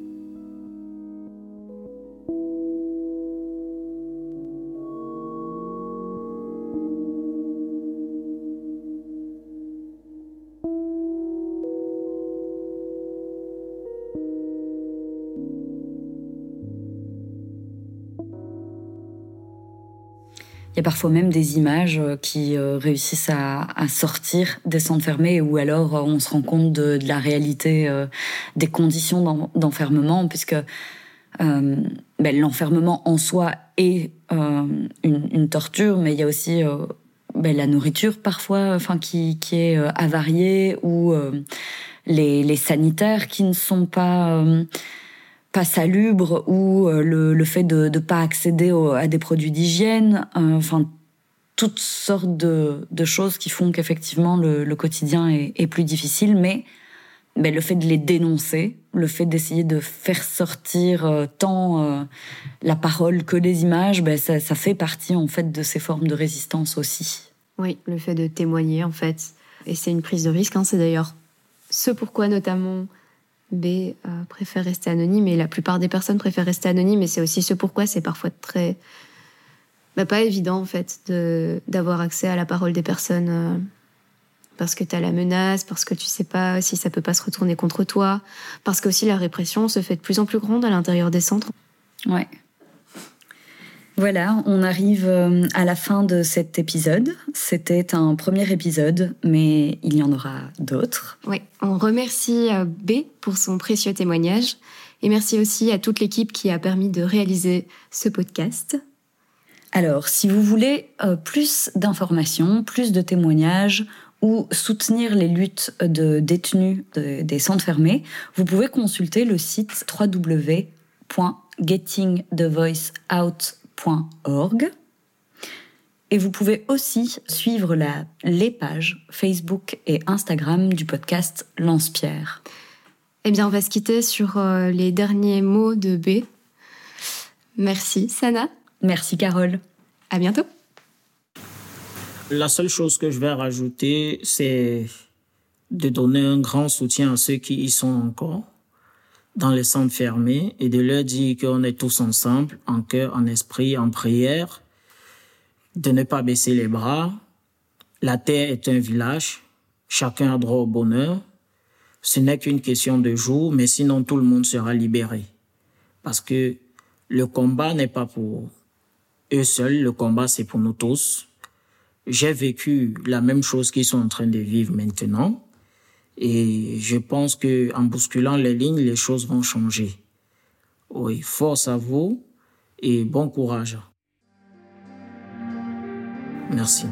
Il y a parfois même des images qui réussissent à, à sortir des centres fermés ou alors on se rend compte de, de la réalité euh, des conditions d'en, d'enfermement puisque euh, ben, l'enfermement en soi est euh, une, une torture, mais il y a aussi euh, ben, la nourriture parfois enfin, qui, qui est euh, avariée ou euh, les, les sanitaires qui ne sont pas... Euh, pas salubre ou euh, le, le fait de ne pas accéder au, à des produits d'hygiène, euh, enfin toutes sortes de, de choses qui font qu'effectivement le, le quotidien est, est plus difficile, mais ben, le fait de les dénoncer, le fait d'essayer de faire sortir euh, tant euh, la parole que les images, ben, ça, ça fait partie en fait de ces formes de résistance aussi. Oui, le fait de témoigner en fait, et c'est une prise de risque, hein, c'est d'ailleurs ce pourquoi notamment B euh, préfère rester anonyme, et la plupart des personnes préfèrent rester anonyme, et c'est aussi ce pourquoi c'est parfois très... Bah, pas évident, en fait, de, d'avoir accès à la parole des personnes, euh, parce que t'as la menace, parce que tu sais pas si ça peut pas se retourner contre toi, parce que aussi la répression se fait de plus en plus grande à l'intérieur des centres. Ouais. Voilà, on arrive à la fin de cet épisode. C'était un premier épisode, mais il y en aura d'autres. Oui, on remercie B pour son précieux témoignage et merci aussi à toute l'équipe qui a permis de réaliser ce podcast. Alors, si vous voulez euh, plus d'informations, plus de témoignages ou soutenir les luttes de détenus de, des centres fermés, vous pouvez consulter le site w w w point getting the voice out point org. Et vous pouvez aussi suivre la, les pages Facebook et Instagram du podcast Lance-Pierre. Eh bien, on va se quitter sur euh, les derniers mots de B. Merci, Sana. Merci, Carole. À bientôt. La seule chose que je vais rajouter, c'est de donner un grand soutien à ceux qui y sont encore dans les centres fermés et de leur dire qu'on est tous ensemble, en cœur, en esprit, en prière, de ne pas baisser les bras. La terre est un village, chacun a droit au bonheur. Ce n'est qu'une question de jours, mais sinon tout le monde sera libéré. Parce que le combat n'est pas pour eux seuls, le combat c'est pour nous tous. J'ai vécu la même chose qu'ils sont en train de vivre maintenant. Et je pense que en bousculant les lignes, les choses vont changer. Oui, force à vous et bon courage. Merci.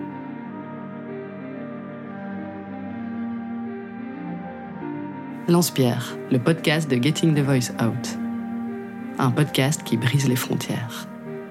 Lance-Pierre, le podcast de Getting the Voice Out. Un podcast qui brise les frontières.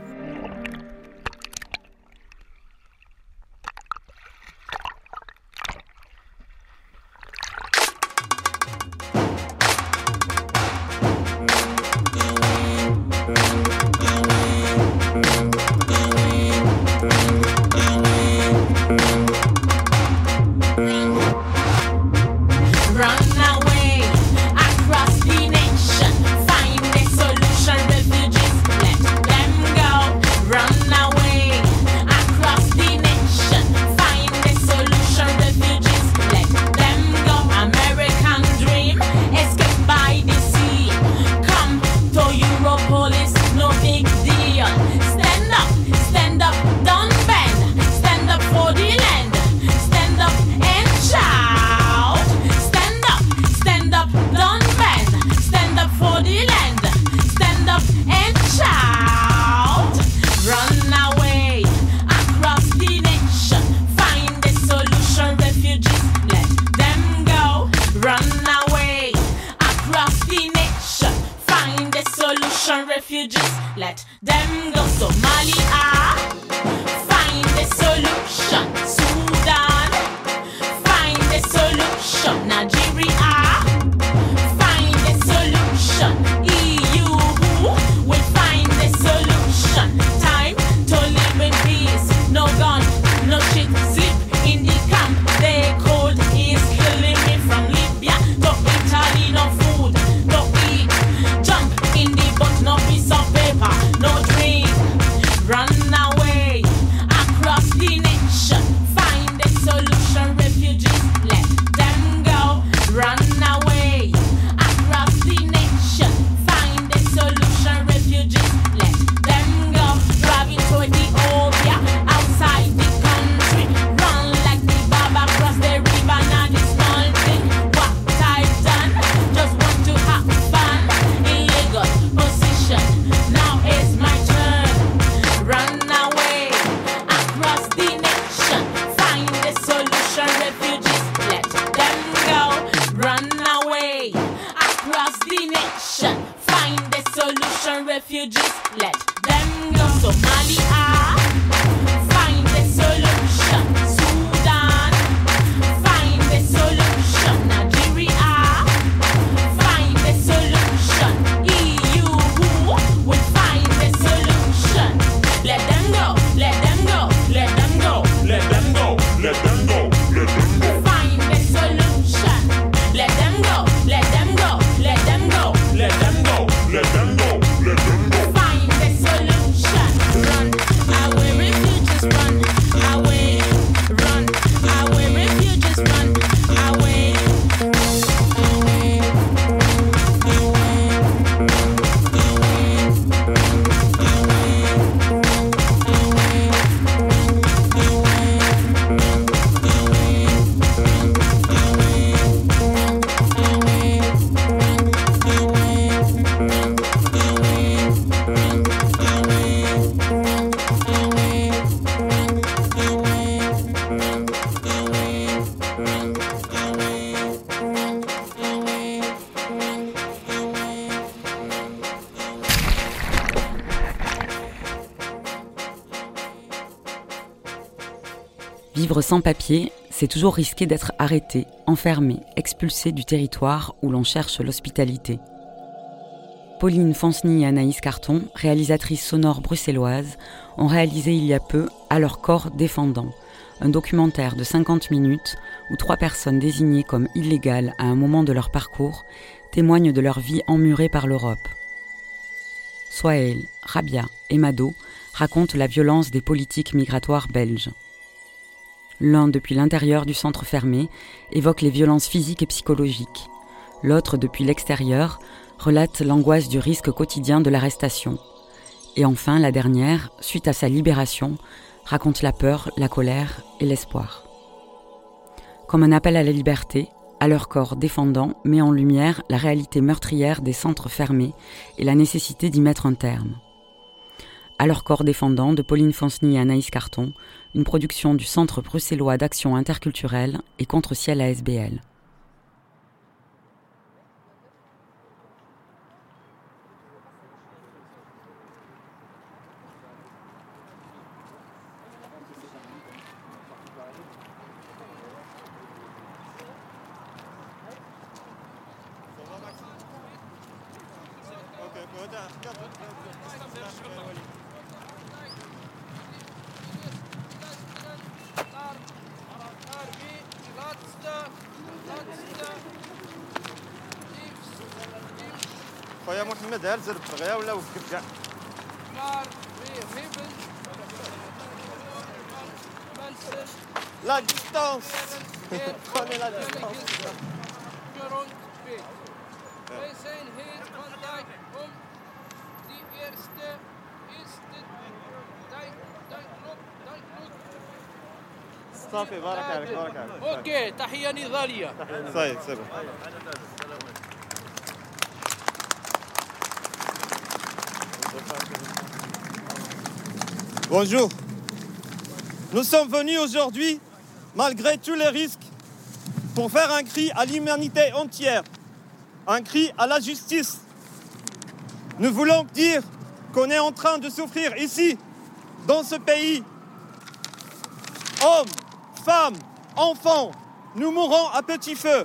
Vivre sans papier, c'est toujours risquer d'être arrêté, enfermé, expulsé du territoire où l'on cherche l'hospitalité. Pauline Fanceny et Anaïs Carton, réalisatrices sonores bruxelloises, ont réalisé il y a peu « À leur corps défendant », un documentaire de cinquante minutes où trois personnes désignées comme illégales à un moment de leur parcours témoignent de leur vie emmurée par l'Europe. Souhail, Rabia et Mado racontent la violence des politiques migratoires belges. L'un, depuis l'intérieur du centre fermé, évoque les violences physiques et psychologiques. L'autre, depuis l'extérieur, relate l'angoisse du risque quotidien de l'arrestation. Et enfin, la dernière, suite à sa libération, raconte la peur, la colère et l'espoir. Comme un appel à la liberté, À leur corps défendant met en lumière la réalité meurtrière des centres fermés et la nécessité d'y mettre un terme. À leur corps défendant de Pauline Fonceny et Anaïs Carton, une production du Centre bruxellois d'action interculturelle et contre Ciel A S B L. خويا محمد ها زرب الغيا ولا وقف كاع لا ديستانس خوني لا ديستانس Wij zijn hier vandaag om die eerste eerste صافي بارك عليك بارك عليك اوكي تحية نضالية صاي صافي Bonjour. Nous sommes venus aujourd'hui, malgré tous les risques, pour faire un cri à l'humanité entière, un cri à la justice. Nous voulons dire qu'on est en train de souffrir ici, dans ce pays. Hommes, femmes, enfants, nous mourons à petit feu.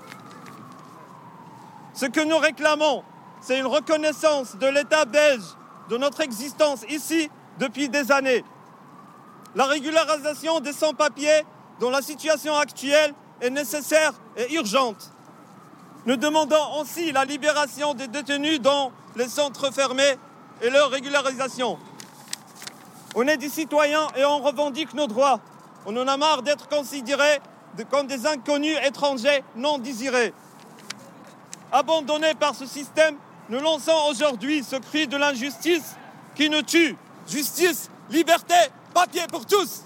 Ce que nous réclamons, c'est une reconnaissance de l'État belge de notre existence ici depuis des années. La régularisation des sans-papiers dont la situation actuelle est nécessaire et urgente. Nous demandons aussi la libération des détenus dans les centres fermés et leur régularisation. On est des citoyens et on revendique nos droits. On en a marre d'être considérés comme des inconnus étrangers non désirés. Abandonnés par ce système, nous lançons aujourd'hui ce cri de l'injustice qui nous tue. Justice, liberté, papier pour tous.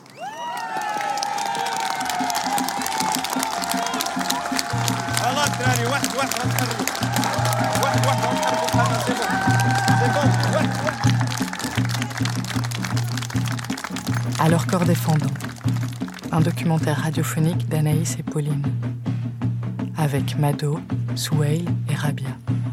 À leur corps défendant, un documentaire radiophonique d'Anaïs et Pauline, avec Mado, Souhail et Rabia.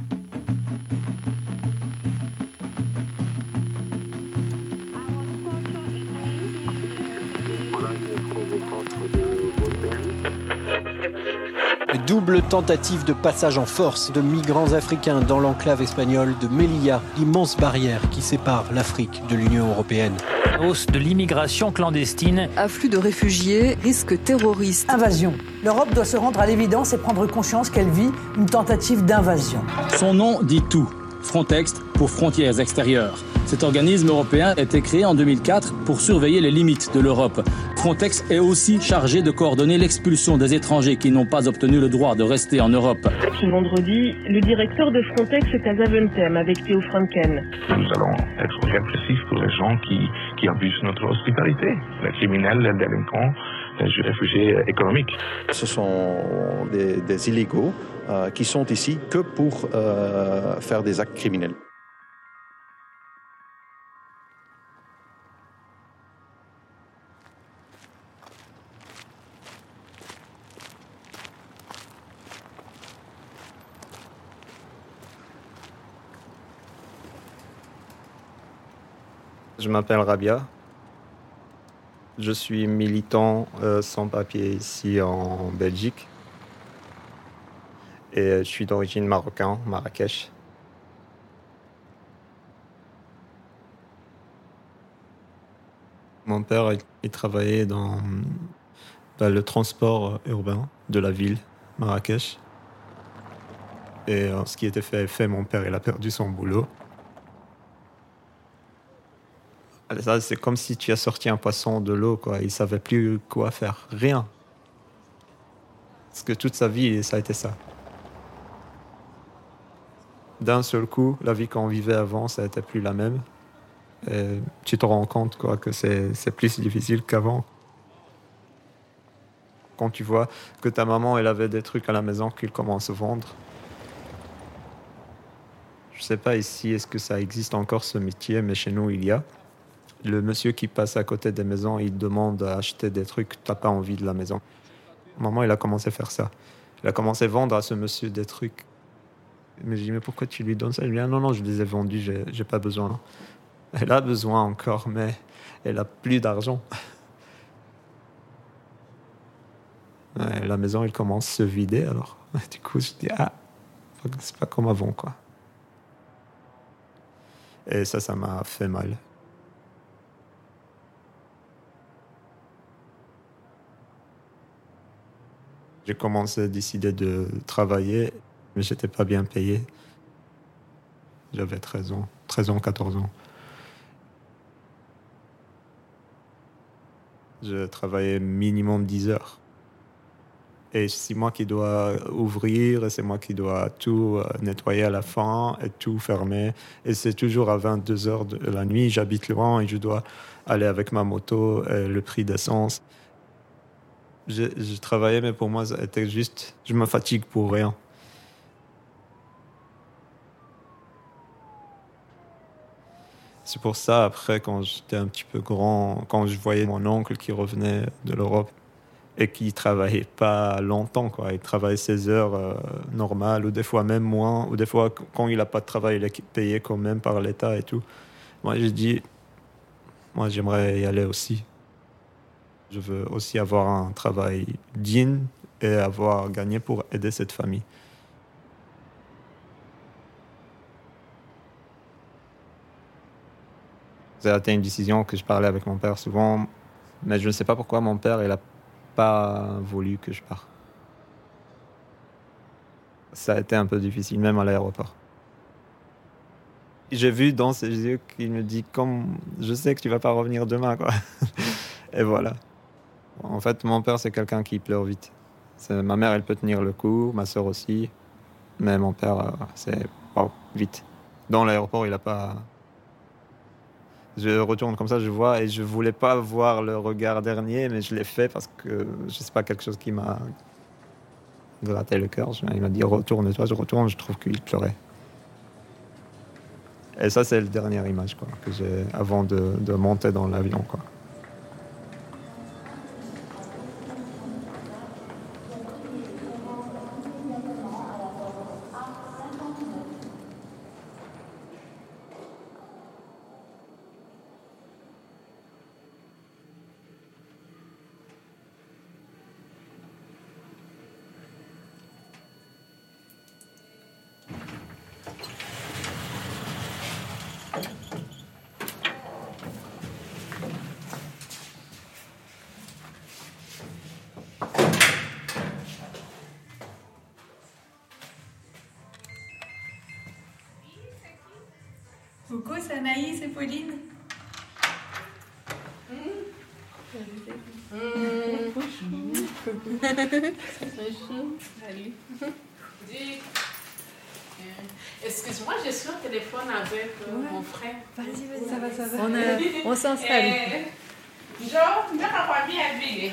Double tentative de passage en force de migrants africains dans l'enclave espagnole de Melilla, l'immense barrière qui sépare l'Afrique de l'Union européenne. Hausse de l'immigration clandestine. Afflux de réfugiés, risque terroriste. Invasion. L'Europe doit se rendre à l'évidence et prendre conscience qu'elle vit une tentative d'invasion. Son nom dit tout. Frontex pour frontières extérieures. Cet organisme européen a été créé en deux mille quatre pour surveiller les limites de l'Europe. Frontex est aussi chargé de coordonner l'expulsion des étrangers qui n'ont pas obtenu le droit de rester en Europe. Ce vendredi, le directeur de Frontex est à Zaventem avec Theo Franken. Nous allons être répressifs pour les gens qui, qui abusent de notre hospitalité, les criminels, les délinquants, les réfugiés économiques. Ce sont des, des illégaux euh, qui sont ici que pour euh, faire des actes criminels. Je m'appelle Rabia. Je suis militant euh, sans papier ici en Belgique. Et je suis d'origine marocaine, Marrakech. Mon père, il travaillait dans, dans le transport urbain de la ville, Marrakech. Et euh, ce qui était fait est fait, mon père, il a perdu son boulot. Ça, c'est comme si tu as sorti un poisson de l'eau, quoi. Il ne savait plus quoi faire, rien. Parce que toute sa vie, ça a été ça. D'un seul coup, la vie qu'on vivait avant, ça n'était plus la même. Et tu te rends compte, quoi, que c'est, c'est plus difficile qu'avant. Quand tu vois que ta maman, elle avait des trucs à la maison qu'il commence à vendre. Je ne sais pas ici, est-ce que ça existe encore ce métier, mais chez nous, il y a. Le monsieur qui passe à côté des maisons, il demande à acheter des trucs que tu n'as pas envie de la maison. Maman, il a commencé à faire ça. Il a commencé à vendre à ce monsieur des trucs. Mais je dis, mais pourquoi tu lui donnes ça? Il me dit, ah, non, non, je les ai vendus, j'ai, j'ai pas besoin. Elle a besoin encore, mais elle a plus d'argent. Ouais, la maison, elle commence à se vider, alors. Du coup, je dis, ah, c'est pas comme avant, quoi. Et ça, ça m'a fait mal. J'ai commencé à décider de travailler, mais j'étais pas bien payé. J'avais treize ans, treize ans, quatorze ans. Je travaillais minimum dix heures. Et c'est moi qui dois ouvrir, et c'est moi qui dois tout nettoyer à la fin et tout fermer. Et c'est toujours à vingt-deux heures de la nuit. J'habite loin et je dois aller avec ma moto, et le prix d'essence. Je, je travaillais, mais pour moi, c'était juste... Je me fatigue pour rien. C'est pour ça, après, quand j'étais un petit peu grand, quand je voyais mon oncle qui revenait de l'Europe, et qui travaillait pas longtemps, quoi. Il travaillait seize heures euh, normales, ou des fois même moins, ou des fois, quand il n'a pas de travail, il est payé quand même par l'État et tout. Moi, j'ai dit, moi, j'aimerais y aller aussi. Je veux aussi avoir un travail digne et avoir gagné pour aider cette famille. C'était une décision que je parlais avec mon père souvent, mais je ne sais pas pourquoi mon père, il a pas voulu que je parte. Ça a été un peu difficile, même à l'aéroport. J'ai vu dans ses yeux qu'il me dit, comme je sais que tu vas pas revenir demain, quoi. Et voilà. En fait, mon père, c'est quelqu'un qui pleure vite. C'est, ma mère, elle peut tenir le coup, ma sœur aussi, mais mon père, c'est wow, vite. Dans l'aéroport, il a pas... Je retourne comme ça, je vois, et je voulais pas voir le regard dernier, mais je l'ai fait parce que je sais pas, quelque chose qui m'a gratté le cœur. Il m'a dit retourne-toi, je retourne, je trouve qu'il pleurait. Et ça, c'est la dernière image, quoi, que j'ai avant de, de monter dans l'avion, quoi. Coucou, c'est Anaïs et Pauline. Mmh. Mmh. Coucou. Salut. Dis. Excuse-moi, je suis au téléphone avec euh, ouais. mon frère. Vas-y, vas-y, ça va, ça va. On, a, on s'installe. Je ne vais pas bien vivre.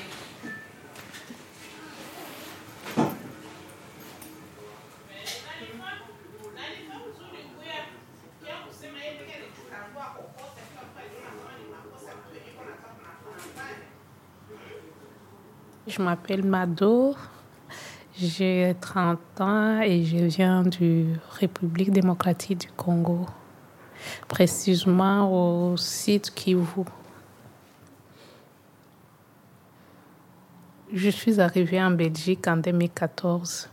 Je m'appelle Mado, j'ai trente ans et je viens de République démocratique du Congo, précisément au site Kivu. Je suis arrivée en Belgique en deux mille quatorze,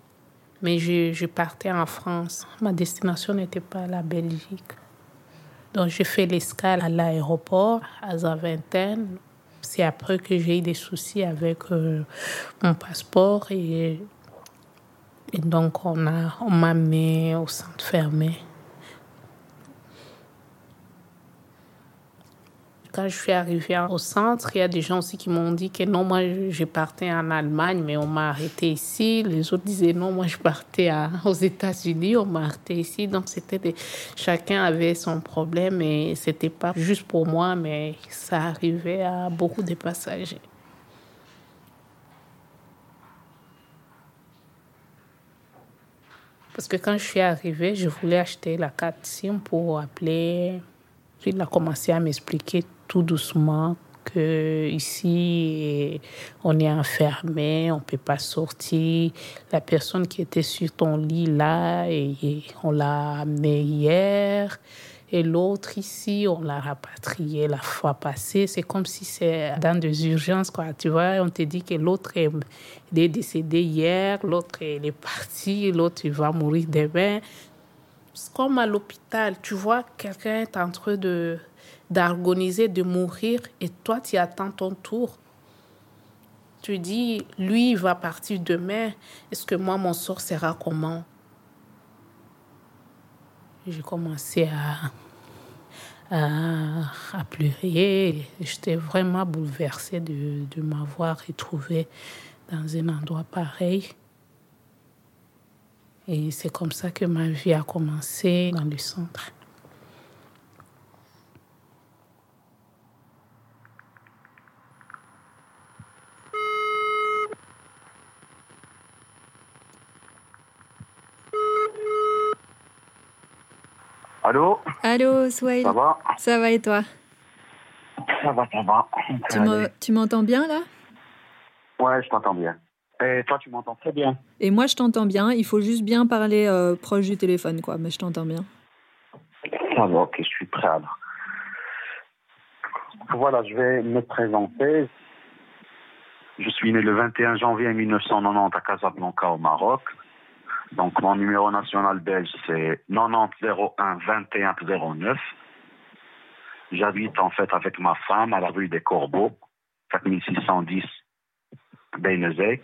mais je, je partais en France. Ma destination n'était pas la Belgique. Donc, j'ai fait l'escale à l'aéroport, à Zaventem. C'est après que j'ai eu des soucis avec euh, mon passeport. Et, et donc, on, a, on m'a mis au centre fermé. Quand je suis arrivée au centre, il y a des gens aussi qui m'ont dit que non, moi, je partais en Allemagne, mais on m'a arrêté ici. Les autres disaient non, moi, je partais à, aux États-Unis, on m'a arrêté ici. Donc, c'était des, chacun avait son problème et c'était pas juste pour moi, mais ça arrivait à beaucoup de passagers. Parce que quand je suis arrivée, je voulais acheter la carte SIM pour appeler. Il a commencé à m'expliquer tout doucement qu'ici, on est enfermé, on ne peut pas sortir. La personne qui était sur ton lit là, et, et on l'a amenée hier. Et l'autre ici, on l'a rapatrié la fois passée. C'est comme si c'est dans des urgences, quoi. Tu vois, on te dit que l'autre est, est décédé hier, l'autre il est parti, l'autre il va mourir demain. C'est comme à l'hôpital, tu vois, quelqu'un est en train de, d'agoniser, de mourir, et toi, tu attends ton tour. Tu dis, lui, il va partir demain, est-ce que moi, mon sort sera comment? J'ai commencé à, à, à pleurer. J'étais vraiment bouleversée de, de m'avoir retrouvée dans un endroit pareil. Et c'est comme ça que ma vie a commencé dans le centre. Allô? Allô, Souheil. Ça va? Ça va et toi? Ça va, ça va. Tu, me, tu m'entends bien là? Ouais, je t'entends bien. Et toi, tu m'entends très bien. Et moi, je t'entends bien. Il faut juste bien parler euh, proche du téléphone, quoi. Mais je t'entends bien. Ça va, ok, je suis prêt alors. Voilà, je vais me présenter. Je suis né le vingt et un janvier mille neuf cent quatre-vingt-dix à Casablanca, au Maroc. Donc, mon numéro national belge, c'est quatre-vingt-dix zéro un vingt et un zéro neuf. J'habite en fait avec ma femme à la rue des Corbeaux, quatre mille six cent dix Beinezey.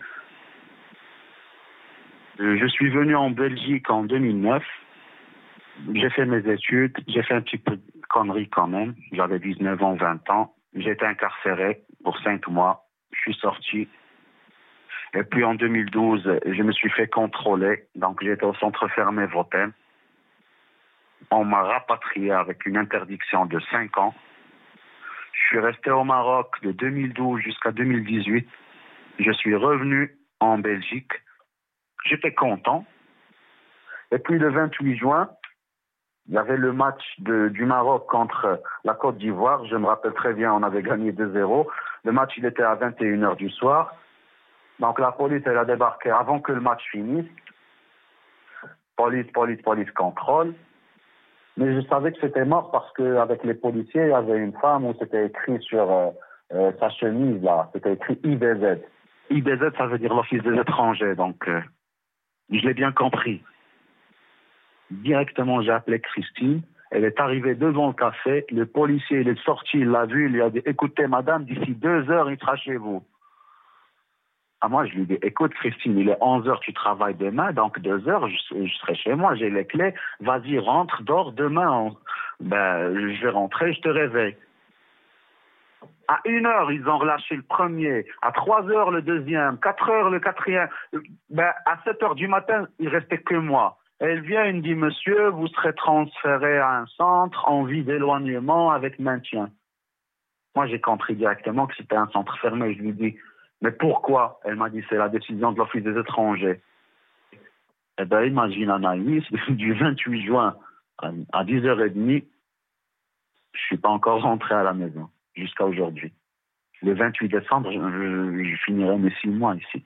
Je suis venu en Belgique en deux mille neuf. J'ai fait mes études. J'ai fait un petit peu de conneries quand même. J'avais dix-neuf ans, vingt ans. J'ai été incarcéré pour cinq mois. Je suis sorti. Et puis en deux mille douze, je me suis fait contrôler. Donc j'étais au centre fermé Votem. On m'a rapatrié avec une interdiction de cinq ans. Je suis resté au Maroc de deux mille douze jusqu'à deux mille dix-huit. Je suis revenu en Belgique. J'étais content. Et puis le vingt-huit juin, il y avait le match de, du Maroc contre la Côte d'Ivoire. Je me rappelle très bien, on avait gagné deux zéro. Le match, il était à vingt et une heures du soir. Donc la police, elle a débarqué avant que le match finisse. Police, police, police, contrôle. Mais je savais que c'était mort parce qu'avec les policiers, il y avait une femme où c'était écrit sur euh, euh, sa chemise, là. C'était écrit I B Z. I B Z, ça veut dire l'Office des étrangers. Donc, euh, je l'ai bien compris. Directement, j'ai appelé Christine. Elle est arrivée devant le café. Le policier, il est sorti, il l'a vu. Il lui a dit, écoutez, madame, d'ici deux heures, il sera chez vous. Ah, moi, je lui dis, écoute, Christine, il est onze heures, tu travailles demain, donc deux heures, je, je serai chez moi, j'ai les clés. Vas-y, rentre, dors, demain, on... ben, je vais rentrer, je te réveille. À une heure, ils ont relâché le premier. À trois heures, le deuxième. Quatre heures, le quatrième. Ben, à sept heures du matin, il restait que moi. Elle vient, elle me dit, monsieur, vous serez transféré à un centre en vie d'éloignement avec maintien. Moi, j'ai compris directement que c'était un centre fermé. Je lui dis, mais pourquoi? Elle m'a dit, c'est la décision de l'Office des étrangers. Eh bien, imagine, Anaïs, du vingt-huit juin à dix heures trente, je ne suis pas encore rentré à la maison, jusqu'à aujourd'hui. Le vingt-huit décembre, je, je, je finirai mes six mois ici.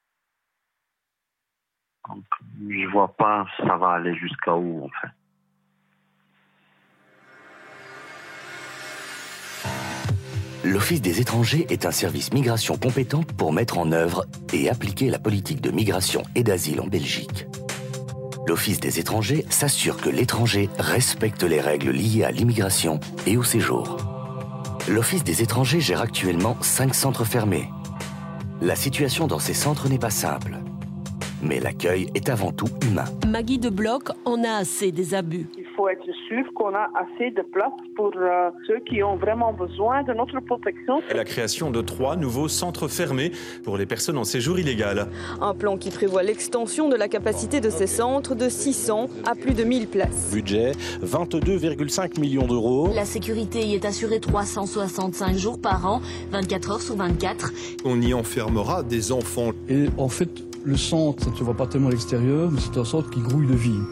Donc, je ne vois pas ça va aller jusqu'à où, en fait. L'Office des étrangers est un service migration compétent pour mettre en œuvre et appliquer la politique de migration et d'asile en Belgique. l'Office des étrangers s'assure que l'étranger respecte les règles liées à l'immigration et au séjour. L'Office des étrangers gère actuellement cinq centres fermés. La situation dans ces centres n'est pas simple, mais l'accueil est avant tout humain. Maggie de Bloch en a assez des abus. Il faut être sûr qu'on a assez de place pour euh, ceux qui ont vraiment besoin de notre protection. Et la création de trois nouveaux centres fermés pour les personnes en séjour illégal. Un plan qui prévoit l'extension de la capacité de ces centres de six cents à plus de mille places. Budget vingt-deux virgule cinq millions d'euros. La sécurité y est assurée trois cent soixante-cinq jours par an, vingt-quatre heures sur vingt-quatre. On y enfermera des enfants. Et en fait, le centre, ça ne se voit pas tellement à l'extérieur, mais c'est un centre qui grouille de vie.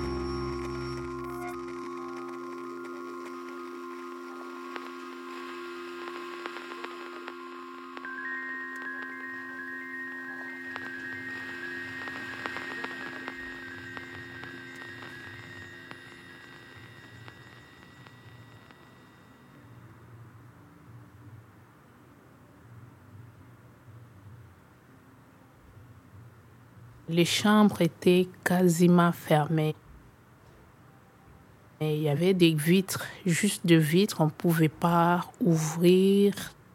Les chambres étaient quasiment fermées. Et il y avait des vitres, juste de vitres, on ne pouvait pas ouvrir.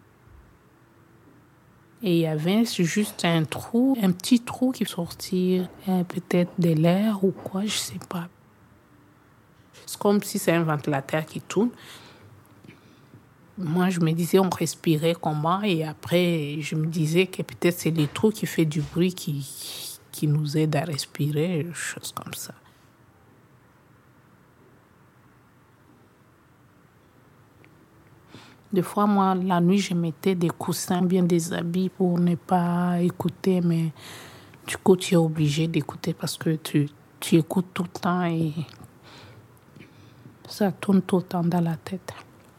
Et il y avait juste un trou, un petit trou qui sortait peut-être de l'air ou quoi, je ne sais pas. C'est comme si c'est un ventilateur qui tourne. Moi, je me disais, on respirait comment, et après, je me disais que peut-être c'est les trous qui font du bruit qui... qui nous aide à respirer, choses comme ça. Des fois, moi, la nuit, je mettais des coussins, bien des habits pour ne pas écouter, mais du coup, tu es obligé d'écouter parce que tu, tu écoutes tout le temps et ça tourne tout le temps dans la tête.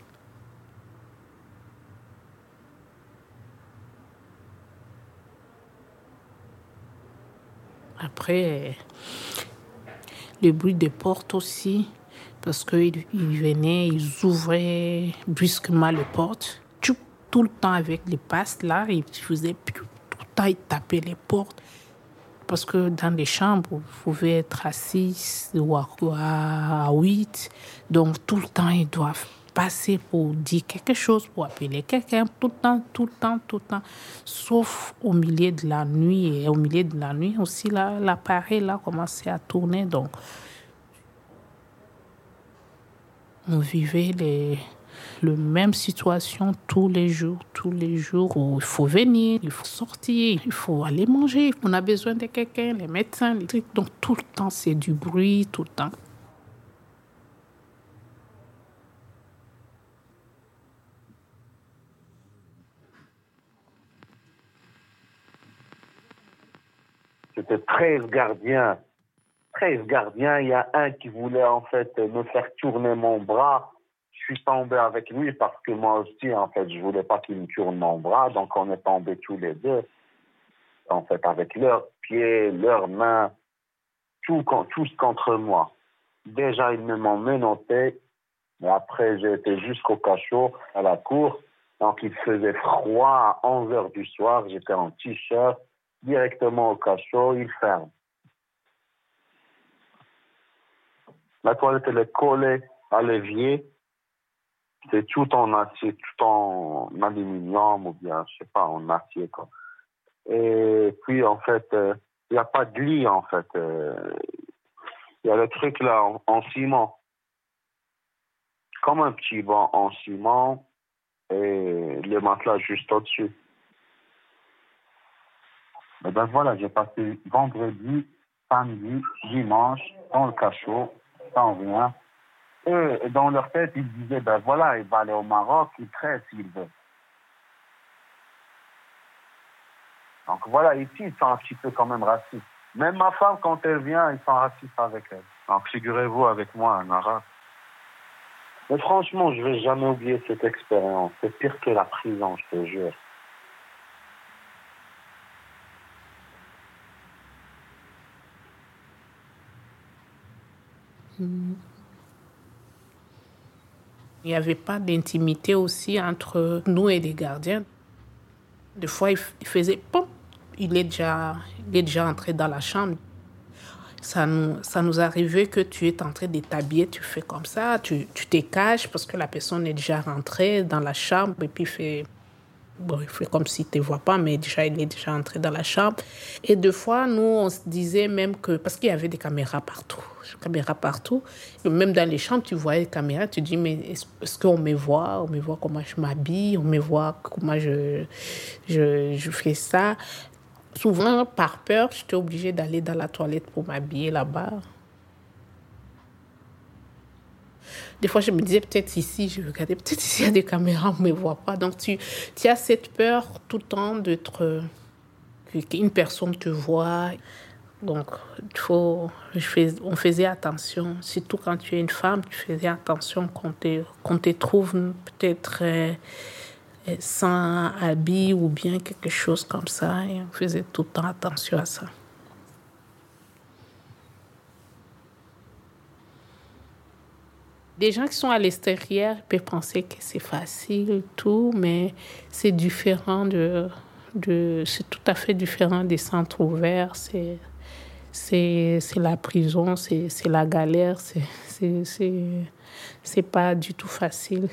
Après, le bruit des portes aussi, parce qu'ils venaient, ils ouvraient brusquement les portes, tout le temps avec les passes là, ils faisaient tout le temps, ils tapaient les portes. Parce que dans les chambres, vous pouvez être à six ou à huit, donc tout le temps, ils doivent passer pour dire quelque chose, pour appeler quelqu'un, tout le temps, tout le temps, tout le temps. Sauf au milieu de la nuit. Et au milieu de la nuit aussi, là, l'appareil là, commençait à tourner. Donc, on vivait les, la même situation tous les jours, tous les jours où il faut venir, il faut sortir, il faut aller manger. On a besoin de quelqu'un, les médecins, les trucs. Donc, tout le temps, c'est du bruit, tout le temps. C'était treize gardiens. treize gardiens, il y a un qui voulait en fait me faire tourner mon bras. Je suis tombé avec lui parce que moi aussi, en fait, je voulais pas qu'il me tourne mon bras. Donc, on est tombés tous les deux. En fait, avec leurs pieds, leurs mains, tout, tous contre moi. Déjà, ils m'ont menotté. Mais après, j'ai été jusqu'au cachot, à la cour. Donc, il faisait froid à onze heures du soir. J'étais en t-shirt. Directement au cachot, il ferme. La toilette, elle est collée à l'évier. C'est tout en acier, tout en aluminium ou bien, je sais pas, en acier, quoi. Et puis, en fait, il euh, n'y a pas de lit, en fait. Il euh, y a le truc là, en, en ciment. Comme un petit banc en ciment et le matelas juste au-dessus. Et ben voilà, j'ai passé vendredi, samedi, dimanche, dans le cachot, sans rien. Eux, dans leur tête, ils disaient, ben voilà, il va aller au Maroc, il crée s'il veut. Donc voilà, ici, ils sont un petit peu quand même racistes. Même ma femme, quand elle vient, ils sont racistes avec elle. Donc figurez-vous avec moi, un arabe. Mais franchement, je vais jamais oublier cette expérience. C'est pire que la prison, je te jure. Il n'y avait pas d'intimité aussi entre nous et les gardiens. Des fois, il faisait pom, il est déjà, il est déjà entré dans la chambre. Ça nous, ça nous arrivait que tu es en train de t'habiller, tu fais comme ça, tu, tu te caches parce que la personne est déjà rentrée dans la chambre et puis fait, bon, il fait comme s'il ne te voit pas, mais déjà, il est déjà entré dans la chambre. Et deux fois, nous, on se disait même que, parce qu'il y avait des caméras partout, des caméras partout, et même dans les chambres, tu voyais les caméras, tu dis, mais est-ce, est-ce qu'on me voit, on me voit comment je m'habille, on me voit comment je, je, je fais ça. Souvent, par peur, j'étais obligée d'aller dans la toilette pour m'habiller là-bas. Des fois, je me disais, peut-être ici, je regardais, peut-être ici, il y a des caméras, on ne me voit pas. Donc, tu, tu as cette peur tout le temps d'être... qu'une personne te voit. Donc, il faut, je fais, on faisait attention. Surtout quand tu es une femme, tu faisais attention qu'on te, qu'on te trouve peut-être... Euh, sans habit ou bien quelque chose comme ça. Et on faisait tout le temps attention à ça. Des gens qui sont à l'extérieur peuvent penser que c'est facile, tout, mais c'est différent de, de... C'est tout à fait différent des centres ouverts. C'est, c'est, c'est la prison, c'est, c'est la galère. C'est, c'est, c'est, c'est pas du tout facile.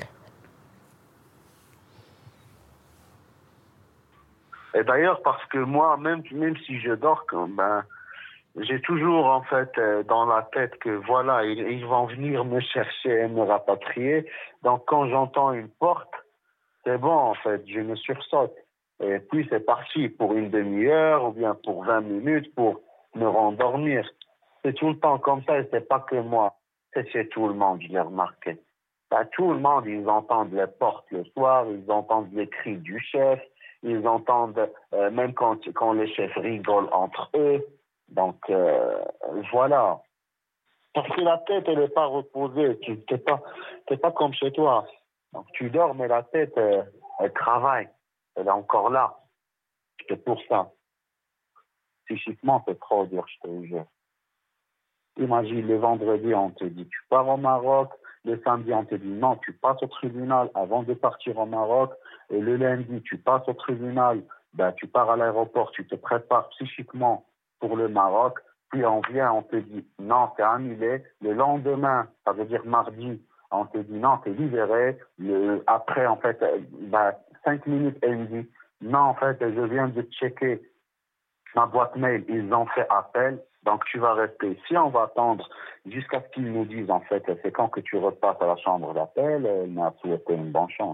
Et d'ailleurs, parce que moi, même, même si je dors, ben, j'ai toujours, en fait, dans la tête que, voilà, ils, ils vont venir me chercher et me rapatrier. Donc, quand j'entends une porte, c'est bon, en fait, je me sursaute. Et puis, c'est parti pour une demi-heure ou bien pour vingt minutes pour me rendormir. C'est tout le temps comme ça et c'est pas que moi. C'est chez tout le monde, je l'ai remarqué. Ben, tout le monde, ils entendent les portes le soir, ils entendent les cris du chef. Ils entendent, euh, même quand, quand les chefs rigolent entre eux. Donc, euh, voilà. Parce que la tête, elle n'est pas reposée. Tu n'es pas, t'es pas comme chez toi. Donc, tu dors, mais la tête, elle, elle travaille. Elle est encore là. C'est pour ça. Psychiquement, c'est trop dur, je te jure. Imagine, le vendredi, on te dit, tu pars au Maroc. Le samedi, on te dit, non, tu passes au tribunal avant de partir au Maroc. Et le lundi, tu passes au tribunal, ben, tu pars à l'aéroport, tu te prépares psychiquement pour le Maroc. Puis on vient, on te dit, non, c'est annulé. Le lendemain, ça veut dire mardi, on te dit, non, t'es libéré. Le, après, en fait, ben, cinq minutes, elle me dit, non, en fait, je viens de checker ma boîte mail, ils ont fait appel. Donc, tu vas rester ici, on va attendre jusqu'à ce qu'ils nous disent, en fait, c'est quand que tu repasses à la chambre d'appel. Elle m'a souhaité une bonne chance.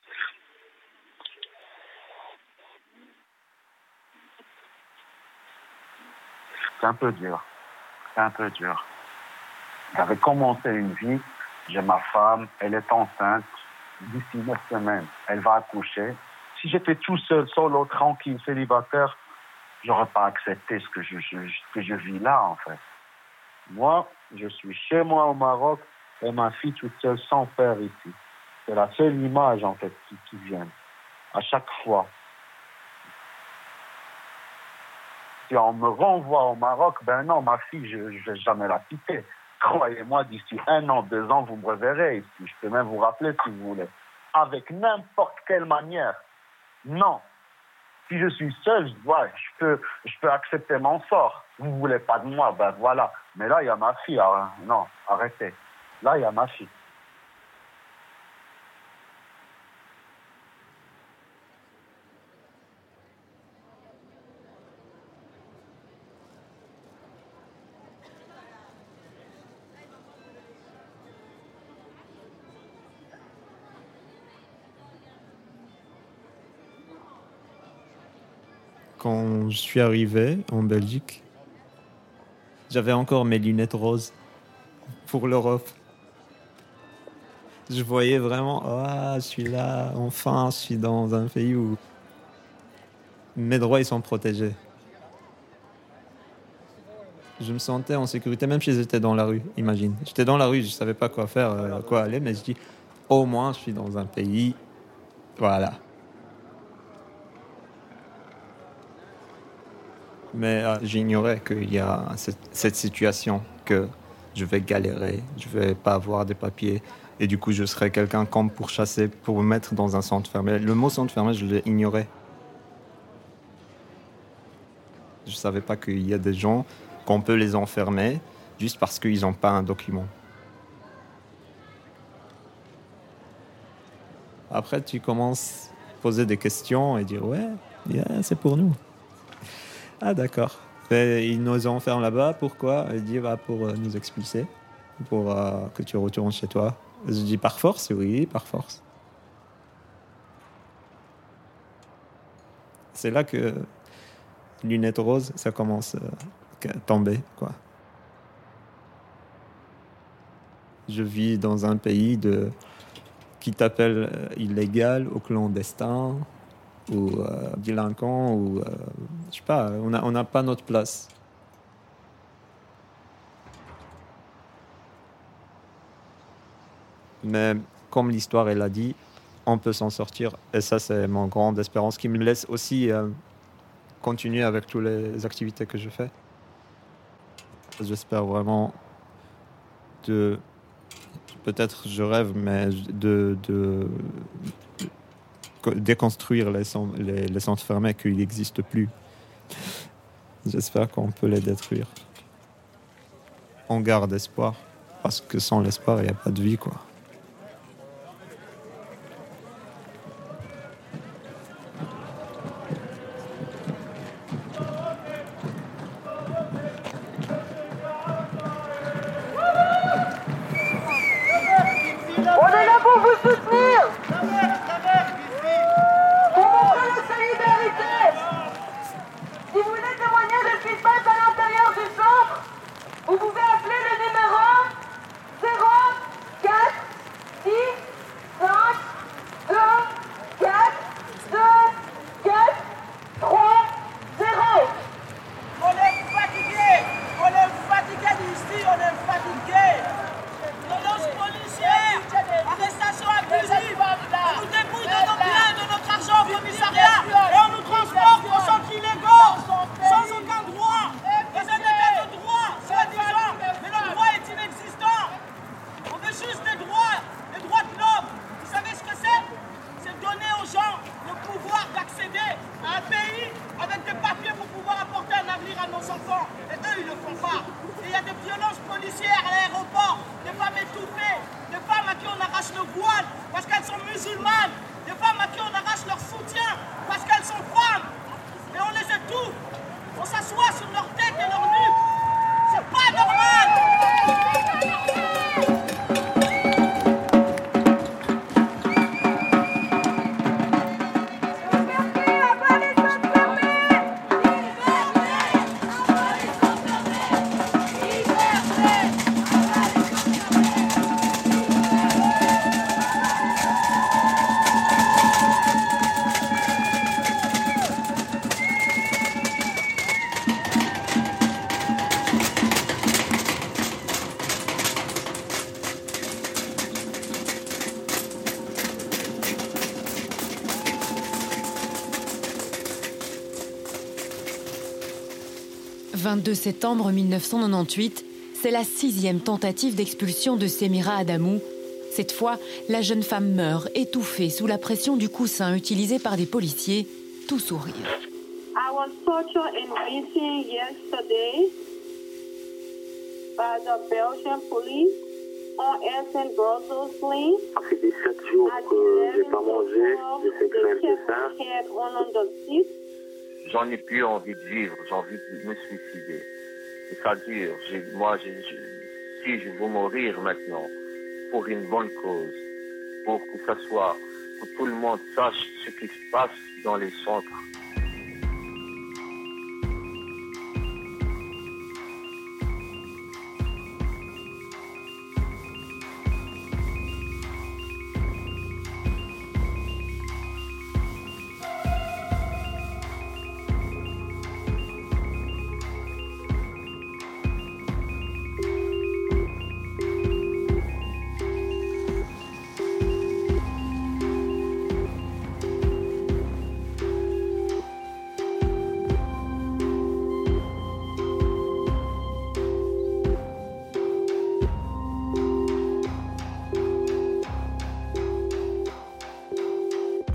C'est un peu dur. C'est un peu dur. J'avais commencé une vie, j'ai ma femme, elle est enceinte, d'ici neuf semaines, elle va accoucher. Si j'étais tout seul, solo, tranquille, célibataire, j'aurais pas accepté ce que je, je, ce que je vis là, en fait. Moi, je suis chez moi au Maroc et ma fille toute seule sans père ici. C'est la seule image, en fait, qui, qui vient. À chaque fois. Si on me renvoie au Maroc, ben non, ma fille, je ne vais jamais la quitter. Croyez-moi, d'ici un an, deux ans, vous me reverrez ici. Je peux même vous rappeler si vous voulez. Avec n'importe quelle manière. Non. Si je suis seul, ouais, je peux, je peux accepter mon sort. Vous ne voulez pas de moi, ben voilà. Mais là, il y a ma fille. Alors, non, arrêtez. Là, il y a ma fille. Quand je suis arrivé en Belgique, j'avais encore mes lunettes roses pour l'Europe. Je voyais vraiment, ah, je suis là, enfin, je suis dans un pays où mes droits ils sont protégés. Je me sentais en sécurité, même si j'étais dans la rue, imagine. J'étais dans la rue, je ne savais pas quoi faire, euh, quoi aller, mais je dis, au moins, je suis dans un pays, voilà. Mais euh, j'ignorais qu'il y a cette, cette situation, que je vais galérer, je ne vais pas avoir des papiers, et du coup je serai quelqu'un comme pourchassé pour me mettre dans un centre fermé. Le mot centre fermé, je l'ignorais. Je ne savais pas qu'il y a des gens qu'on peut les enfermer juste parce qu'ils n'ont pas un document. Après, tu commences à poser des questions et dire « Ouais, yeah, c'est pour nous. » Ah d'accord. Et ils nous enferment là-bas, pourquoi? Il dit bah, pour euh, nous expulser, pour euh, que tu retournes chez toi. Je dis par force? Oui, par force. C'est là que lunettes roses, ça commence euh, à tomber, quoi. Je vis dans un pays de... qui t'appelle euh, illégal ou clandestin ou euh, délinquant ou euh, je sais pas, on n'a on n'a pas notre place. Mais comme l'histoire elle a dit, on peut s'en sortir et ça c'est mon grande espérance qui me laisse aussi euh, continuer avec toutes les activités que je fais. J'espère vraiment de peut-être je rêve, mais de, de, de déconstruire les, les, les centres fermés qui n'existent plus. J'espère qu'on peut les détruire. On garde espoir, parce que sans l'espoir, il n'y a pas de vie, quoi. vingt-deux septembre mille neuf cent quatre-vingt-dix-huit, c'est la sixième tentative d'expulsion de Semira Adamou. Cette fois, la jeune femme meurt, étouffée sous la pression du coussin utilisé par des policiers, tout sourire. I was tortured and beaten yesterday by the Belgian police on Essen Brussels link. Ça fait dix-sept jours que j'ai pas mangé, j'ai fait grève de faim. J'en ai plus envie de vivre, j'ai envie de me suicider. Et ça dure. J'ai, moi, j'ai, j'ai, si je veux mourir maintenant, pour une bonne cause, pour que ça soit, que tout le monde sache ce qui se passe dans les centres.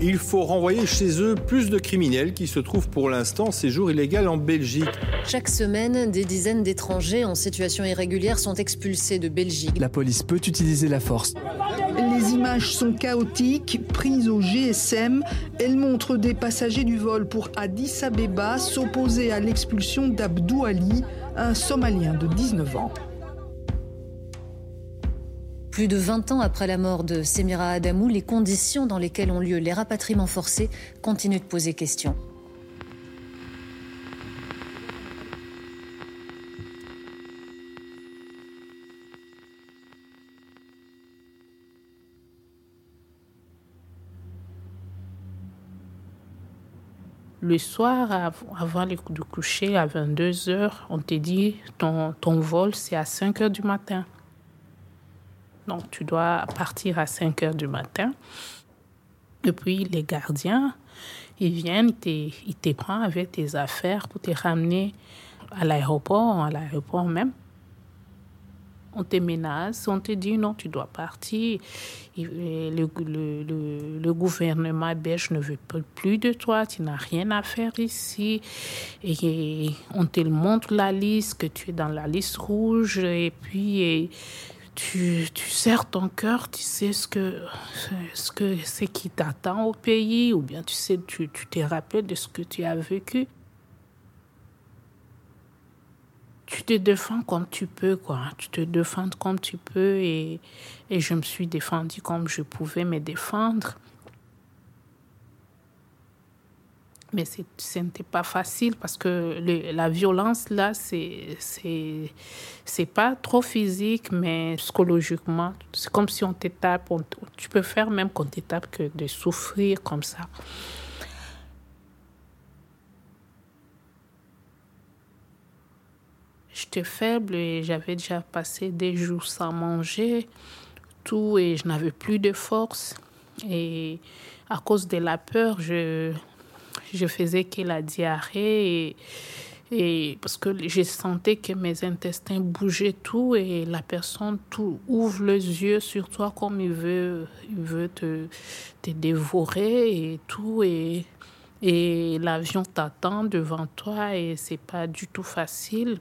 Il faut renvoyer chez eux plus de criminels qui se trouvent pour l'instant en séjour illégal en Belgique. Chaque semaine, des dizaines d'étrangers en situation irrégulière sont expulsés de Belgique. La police peut utiliser la force. Les images sont chaotiques, prises au G S M. Elles montrent des passagers du vol pour Addis Abeba s'opposer à l'expulsion d'Abdou Ali, un Somalien de dix-neuf ans. Plus de vingt ans après la mort de Semira Adamou, les conditions dans lesquelles ont lieu les rapatriements forcés continuent de poser question. Le soir, avant de coucher, à vingt-deux heures, on te dit ton, ton vol, c'est à cinq heures du matin. Donc, tu dois partir à cinq heures du matin. Et puis, les gardiens, ils viennent, ils te, ils te prennent avec tes affaires pour te ramener à l'aéroport, à l'aéroport même. On te menace, on te dit non, tu dois partir. Le, le, le, le gouvernement belge ne veut plus de toi, tu n'as rien à faire ici. Et on te montre la liste, que tu es dans la liste rouge. Et puis, et tu, tu serres ton cœur, tu sais ce que, ce que c'est qui t'attend au pays, ou bien tu sais, tu, tu te rappelles de ce que tu as vécu. Tu te défends comme tu peux, quoi. Tu te défends comme tu peux et, et je me suis défendue comme je pouvais me défendre. Mais c'est, ce n'était pas facile parce que le, la violence, là, c'est, c'est, c'est pas trop physique, mais psychologiquement. C'est comme si on te tape. On, tu peux faire même qu'on te tape que de souffrir comme ça. J'étais faible et j'avais déjà passé des jours sans manger, tout, et je n'avais plus de force. Et à cause de la peur, je, je faisais que la diarrhée, et, et parce que je sentais que mes intestins bougeaient tout, et la personne tout, ouvre les yeux sur toi comme il veut, il veut te, te dévorer et tout, et, et l'avion t'attend devant toi et c'est pas du tout facile.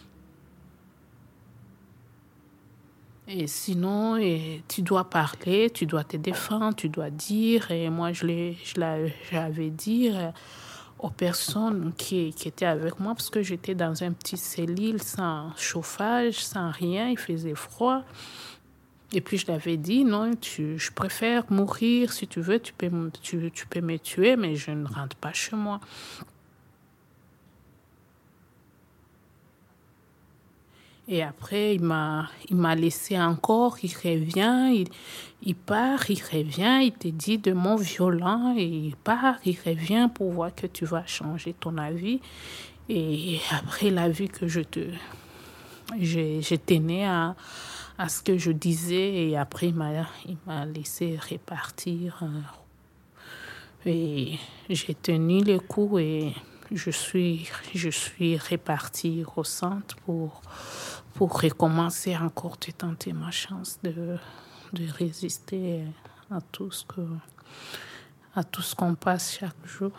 Et sinon, et tu dois parler, tu dois te défendre, tu dois dire. Et moi, je, l'ai, je l'avais dit aux personnes qui, qui étaient avec moi, parce que j'étais dans un petit cellule sans chauffage, sans rien, il faisait froid. Et puis, je l'avais dit, non, tu, je préfère mourir, si tu veux, tu peux, tu, tu peux me tuer, mais je ne rentre pas chez moi. Et après, il m'a, il m'a laissé encore, il revient, il, il part, il revient, il te dit de mots violents, et il part, il revient pour voir que tu vas changer ton avis. Et après, il a vu que je te, je, je tenais à, à ce que je disais, et après, il m'a, il m'a laissé repartir. Et j'ai tenu le coup et je suis, je suis repartie au centre pour... pour recommencer encore de tenter ma chance de, de résister à tout ce que, à tout ce qu'on passe chaque jour.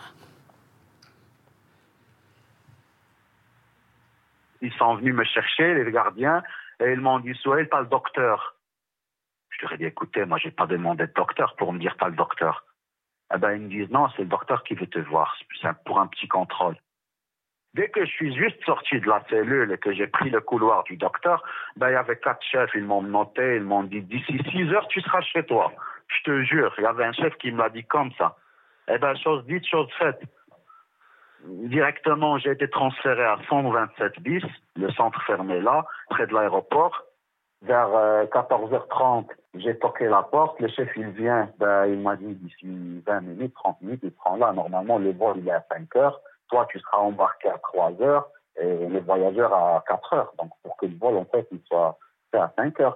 Ils sont venus me chercher, les gardiens, et ils m'ont dit « Souhail, pas le docteur ». Je leur ai dit « Écoutez, moi, je n'ai pas demandé de docteur pour me dire « pas le docteur ». Eh ben, ils me disent « Non, c'est le docteur qui veut te voir, c'est pour un petit contrôle ». Dès que je suis juste sorti de la cellule et que j'ai pris le couloir du docteur, ben, il y avait quatre chefs, ils m'ont noté, ils m'ont dit « D'ici six heures, tu seras chez toi ». Je te jure, il y avait un chef qui me l'a dit comme ça. Eh bien, chose dite, chose faite. Directement, j'ai été transféré à cent vingt-sept bis, le centre fermé là, près de l'aéroport. Vers euh, quatorze heures trente, j'ai toqué la porte, le chef il vient, ben, il m'a dit d'ici vingt minutes, trente minutes, il prend là. Normalement, le vol il est à cinq heures. Toi, tu seras embarqué à trois heures et les voyageurs à quatre heures. Donc, pour que le vol, en fait, il soit fait à cinq heures.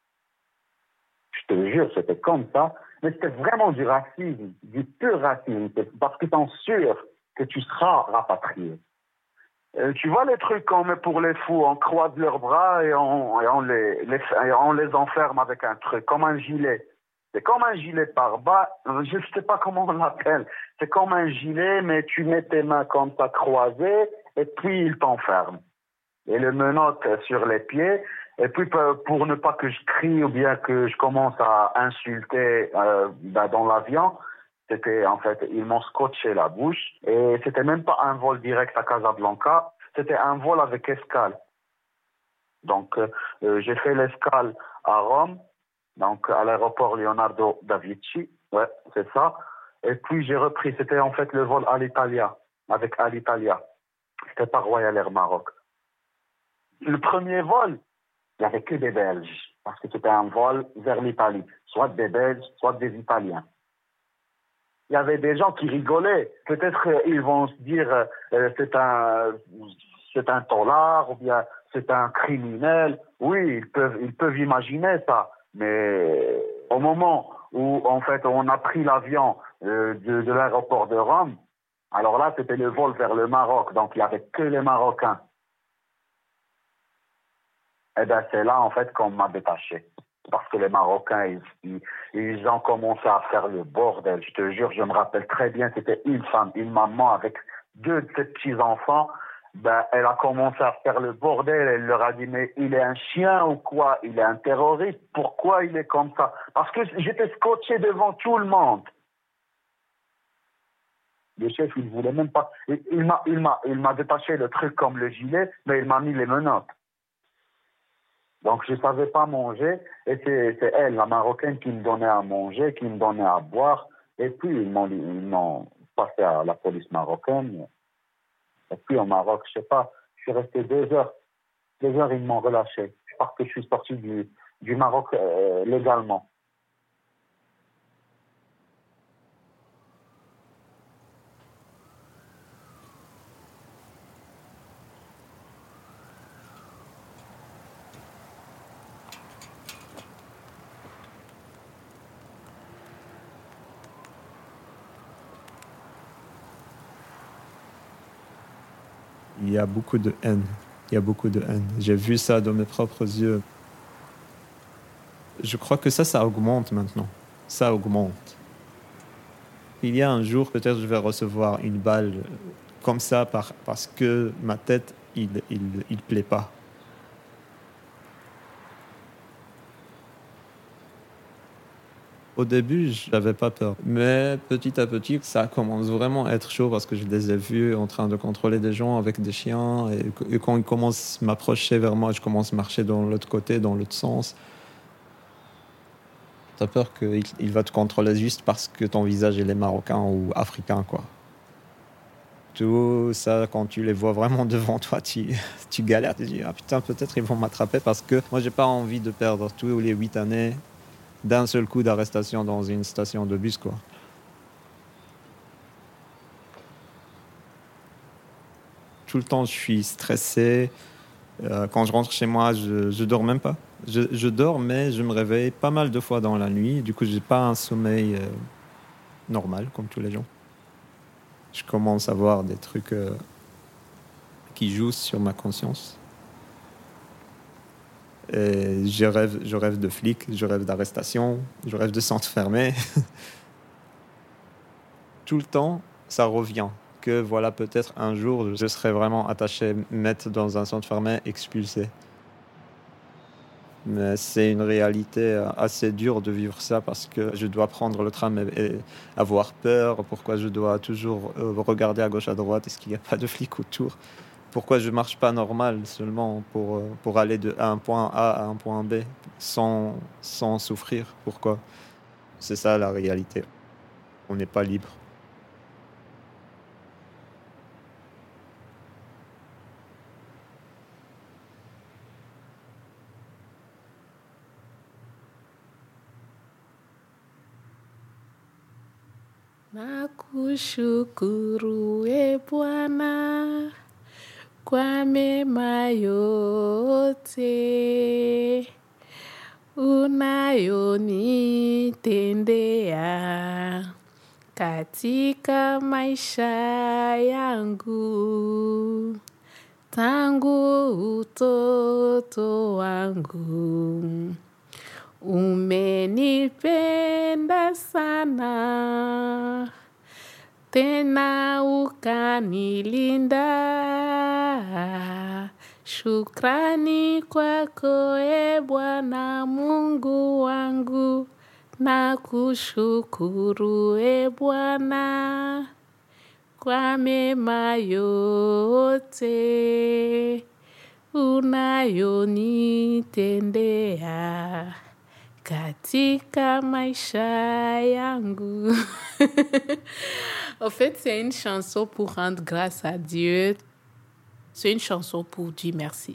Je te jure, c'était comme ça. Mais c'était vraiment du racisme, du pur racisme. Parce qu'ils sont sûrs que tu seras rapatrié. Euh, tu vois les trucs qu'on met pour les fous, on croise leurs bras et on, et on, les, les, et on les enferme avec un truc, comme un gilet. C'est comme un gilet pare-balles, je ne sais pas comment on l'appelle. C'est comme un gilet, mais tu mets tes mains comme ça croisées et puis il t'enferme. Et le menotte sur les pieds. Et puis pour ne pas que je crie ou bien que je commence à insulter euh, ben dans l'avion, c'était en fait, ils m'ont scotché la bouche. Et c'était même pas un vol direct à Casablanca, c'était un vol avec escale. Donc euh, j'ai fait l'escale à Rome, donc à l'aéroport Leonardo da Vinci, ouais, c'est ça. Et puis j'ai repris, c'était en fait le vol Alitalia, avec Alitalia. C'était pas Royal Air Maroc. Le premier vol, il n'y avait que des Belges, parce que c'était un vol vers l'Italie, soit des Belges, soit des Italiens. Il y avait des gens qui rigolaient. Peut-être euh, ils vont se dire euh, c'est un c'est un tolard ou bien c'est un criminel. Oui, ils peuvent ils peuvent imaginer ça. Mais au moment où en fait on a pris l'avion euh, de, de l'aéroport de Rome, alors là c'était le vol vers le Maroc, donc il n'y avait que les Marocains. Eh bien, c'est là, en fait, qu'on m'a détaché. Parce que les Marocains, ils, ils, ils ont commencé à faire le bordel. Je te jure, je me rappelle très bien, c'était une femme, une maman avec deux de ses petits-enfants. Ben, elle a commencé à faire le bordel. Elle leur a dit, mais il est un chien ou quoi? Il est un terroriste. Pourquoi il est comme ça? Parce que j'étais scotché devant tout le monde. Le chef, il ne voulait même pas... Il, il, m'a, il, m'a, il m'a détaché le truc comme le gilet, mais il m'a mis les menottes. Donc, je ne savais pas manger, et c'est, c'est elle, la Marocaine, qui me donnait à manger, qui me donnait à boire, et puis ils m'ont, ils m'ont passé à la police marocaine. Et puis au Maroc, je ne sais pas, je suis resté deux heures. Deux heures, ils m'ont relâché, parce que je suis sorti du, du Maroc euh, légalement. Il y a beaucoup de haine. Il y a beaucoup de haine. J'ai vu ça de mes propres yeux. Je crois que ça, ça augmente maintenant. Ça augmente. Il y a un jour, peut-être, je vais recevoir une balle comme ça par, parce que ma tête, il il, il plaît pas. Au début, je n'avais pas peur. Mais petit à petit, ça commence vraiment à être chaud parce que je les ai vus en train de contrôler des gens avec des chiens. Et, et quand ils commencent à m'approcher vers moi, je commence à marcher dans l'autre côté, dans l'autre sens. Tu as peur qu'il il va te contrôler juste parce que ton visage il est marocain ou africain, quoi. Tout ça, quand tu les vois vraiment devant toi, tu, tu galères. Tu te dis, ah putain, peut-être ils vont m'attraper parce que moi, j'ai pas envie de perdre tous les huit années d'un seul coup d'arrestation dans une station de bus, quoi. Tout le temps, je suis stressé. Euh, quand je rentre chez moi, je, je dors même pas. Je, je dors, mais je me réveille pas mal de fois dans la nuit. Du coup, j'ai pas un sommeil euh, normal, comme tous les gens. Je commence à voir des trucs euh, qui jouent sur ma conscience. Et je rêve, je rêve de flics, je rêve d'arrestation, je rêve de centre fermé. Tout le temps, ça revient. Que voilà, peut-être un jour, je serai vraiment attaché, mettre dans un centre fermé, expulsé. Mais c'est une réalité assez dure de vivre ça parce que je dois prendre le tram et, et avoir peur. Pourquoi je dois toujours regarder à gauche, à droite? Est-ce qu'il n'y a pas de flics autour? Pourquoi je ne marche pas normal seulement pour, pour aller de un point A à un point B sans, sans souffrir? Pourquoi? C'est ça la réalité. On n'est pas libre. Nakushukuru e Bwana kwa mema yote unayonitendea katika maisha yangu tangu utoto wangu. Umenipenda sana tena ukanilinda, shukrani kwako e Bwana Mungu wangu, na kushukuru e Bwana kwa mema yote unayonitendea katika maisha yangu. En fait, c'est une chanson pour rendre grâce à Dieu. C'est une chanson pour dire merci.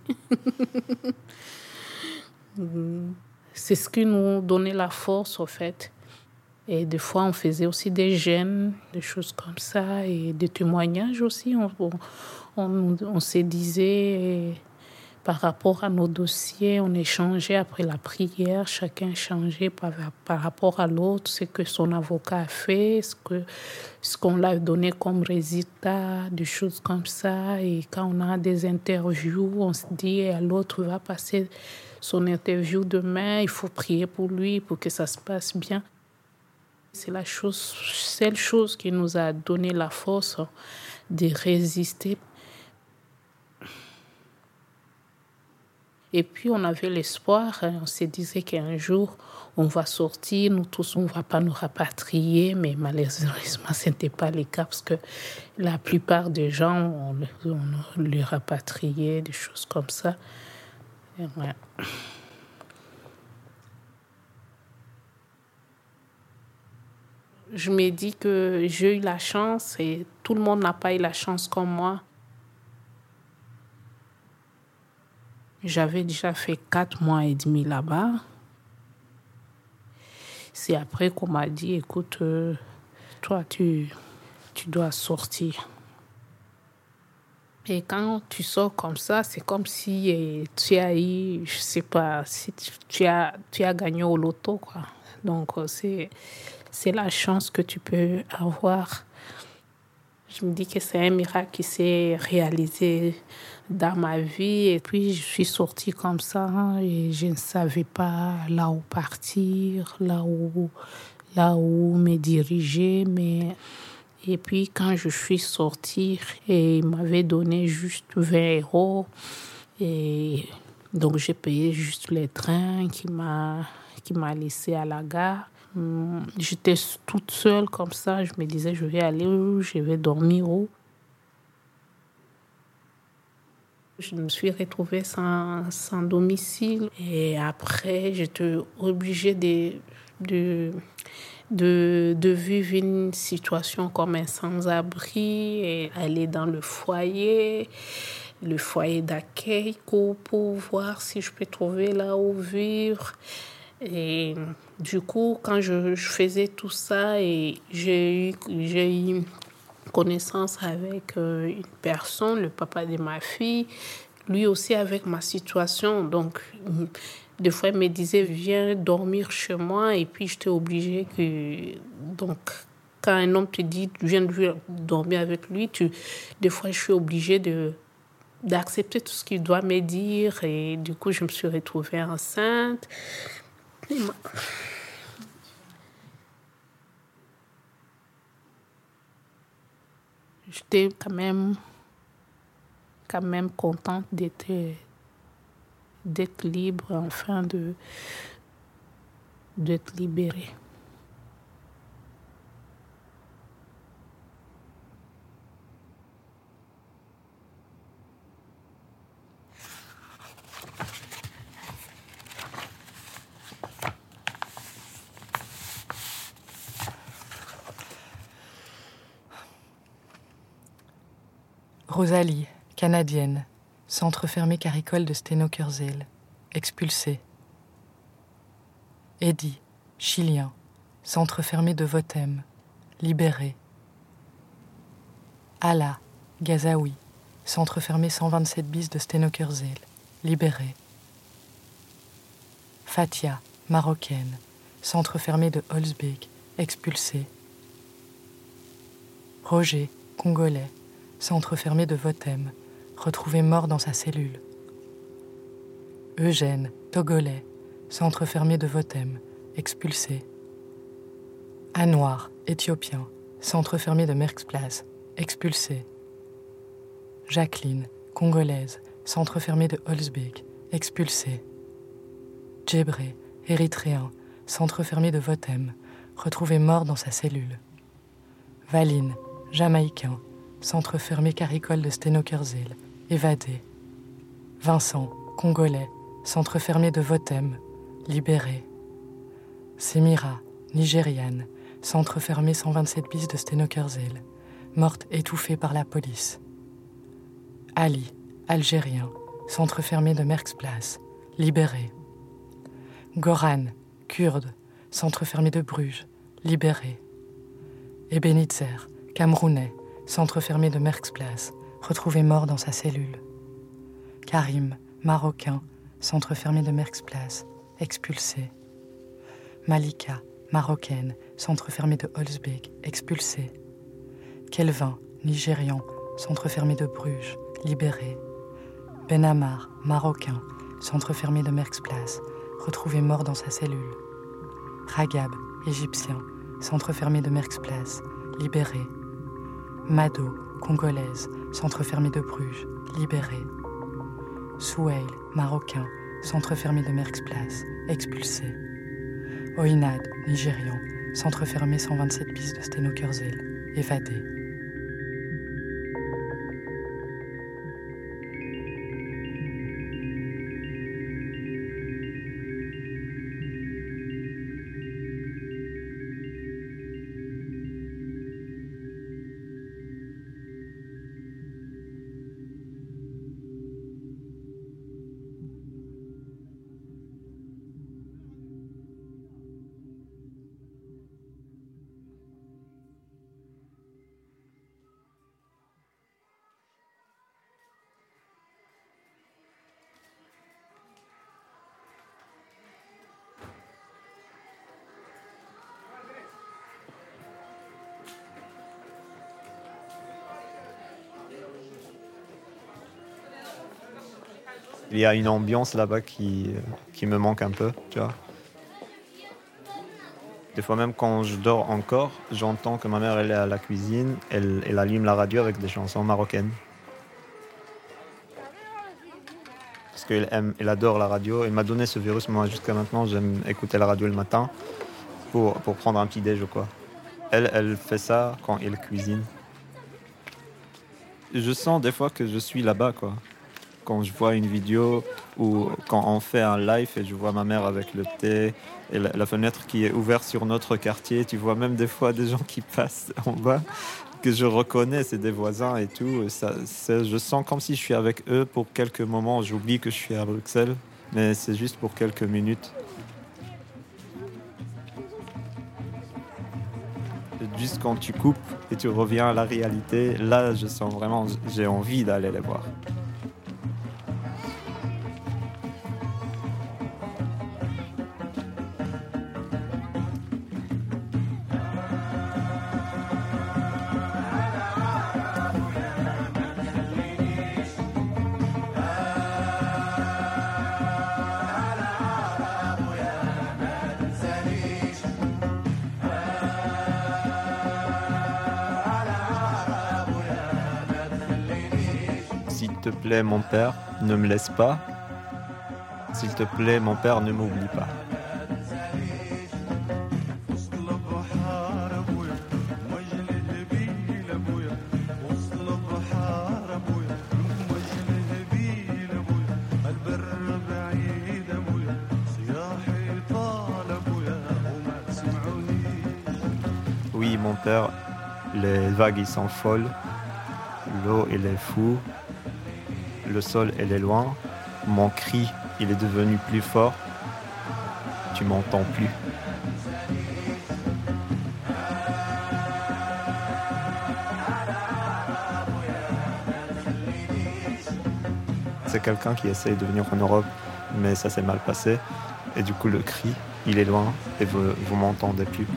C'est ce qui nous donnait la force, en fait. Et des fois, on faisait aussi des jeûnes, des choses comme ça, et des témoignages aussi. On, on, on, on se disait, par rapport à nos dossiers, on échangeait après la prière, chacun échangeait par, par rapport à l'autre, ce que son avocat a fait, ce, que, ce qu'on l'a donné comme résultat, des choses comme ça. Et quand on a des interviews, on se dit, à l'autre va passer son interview demain, il faut prier pour lui, pour que ça se passe bien. C'est la chose, seule chose qui nous a donné la force de résister. Et puis, on avait l'espoir, on se disait qu'un jour, on va sortir, nous tous, on ne va pas nous rapatrier, mais malheureusement, ce n'était pas le cas, parce que la plupart des gens, on, on les rapatriait, des choses comme ça. Et ouais. Je me dis que j'ai eu la chance et tout le monde n'a pas eu la chance comme moi. J'avais déjà fait quatre mois et demi là-bas. C'est après qu'on m'a dit, écoute, euh, toi, tu, tu dois sortir. Et quand tu sors comme ça, c'est comme si eh, tu as eu, je sais pas, si tu, tu, as, tu as gagné au loto, quoi. Donc, c'est... C'est la chance que tu peux avoir. Je me dis que c'est un miracle qui s'est réalisé dans ma vie. Et puis, je suis sortie comme ça et je ne savais pas là où partir, là où, là où me diriger. Mais... Et puis, quand je suis sortie, et il m'avait donné juste vingt euros. Et donc, j'ai payé juste le train qui m'a, qui m'a laissé à la gare. J'étais toute seule comme ça. Je me disais, je vais aller où? Je vais dormir où? Je me suis retrouvée sans, sans domicile. Et après, j'étais obligée de, de, de, de vivre une situation comme un sans-abri et aller dans le foyer, le foyer d'accueil pour, pour voir si je peux trouver là où vivre. Et du coup, quand je, je faisais tout ça, et j'ai eu, j'ai eu connaissance avec euh, une personne, le papa de ma fille, lui aussi avec ma situation. Donc, des fois, il me disait, viens dormir chez moi. Et puis, j'étais obligée que... Donc, quand un homme te dit, viens dormir avec lui, tu, des fois, je suis obligée de... d'accepter tout ce qu'il doit me dire. Et du coup, je me suis retrouvée enceinte. J'étais quand même, quand même contente d'être, d'être libre, enfin de, d'être libérée. Rosalie, canadienne, centre fermé caricole de Steno-Kurzele, expulsée. Eddie, chilien, centre fermé de Votem, libéré. Ala, Gazaoui, centre fermé cent vingt-sept bis de Steno-Kurzele, libéré. Fatia, marocaine, centre fermé de Holzbeek, expulsée. Roger, congolais, centre fermé de Votem, retrouvé mort dans sa cellule. Eugène, togolais, centre fermé de Votem, expulsé. Anwar, éthiopien, centre fermé de Merksplas, expulsé. Jacqueline, congolaise, centre fermé de Holzbeek, expulsé. Djebré, érythréen, centre fermé de Votem, retrouvé mort dans sa cellule. Valine, jamaïcain, centre fermé caricole de Stenokerzeel, évadé. Vincent, congolais, centre fermé de Votem, libéré. Semira, nigériane, centre fermé cent vingt-sept bis de Stenokerzeel, morte étouffée par la police. Ali, algérien, centre fermé de Merksplas, libéré. Goran, kurde, centre fermé de Bruges, libéré. Ebenitzer, camerounais, centre fermé de Merksplas, retrouvé mort dans sa cellule. Karim, marocain, centre fermé de Merksplas, expulsé. Malika, marocaine, centre fermé de Holzbeek, expulsé. Kelvin, nigérian, centre fermé de Bruges, libéré. Benamar, marocain, centre fermé de Merksplas, retrouvé mort dans sa cellule. Ragab, égyptien, centre fermé de Merksplas, libéré. Mado, congolaise, centre fermé de Bruges, libéré. Souheil, marocain, centre fermé de Merksplas, expulsé. Oinad, nigérian, centre fermé cent vingt-sept bis de Stenokerzeel, évadé. Il y a une ambiance là-bas qui, qui me manque un peu, tu vois. Des fois même quand je dors encore, j'entends que ma mère elle est à la cuisine, elle, elle allume la radio avec des chansons marocaines. Parce qu'elle aime, elle adore la radio. Elle m'a donné ce virus, moi jusqu'à maintenant j'aime écouter la radio le matin pour, pour prendre un petit déj ou quoi. Elle, elle fait ça quand elle cuisine. Je sens des fois que je suis là-bas, quoi. Quand je vois une vidéo ou quand on fait un live et je vois ma mère avec le thé et la, la fenêtre qui est ouverte sur notre quartier, tu vois même des fois des gens qui passent en bas que je reconnais, c'est des voisins et tout. Et ça, c'est, je sens comme si je suis avec eux pour quelques moments. J'oublie que je suis à Bruxelles, mais c'est juste pour quelques minutes. Et juste quand tu coupes et tu reviens à la réalité, là je sens vraiment, j'ai envie d'aller les voir. S'il te plaît, mon père, ne me laisse pas. S'il te plaît, mon père, ne m'oublie pas. Oui, mon père, les vagues, ils sont folles. L'eau, elle est fou. Le sol, elle est loin. Mon cri, il est devenu plus fort. Tu m'entends plus. C'est quelqu'un qui essaye de venir en Europe, mais ça s'est mal passé. Et du coup, le cri, il est loin et vous, vous m'entendez plus.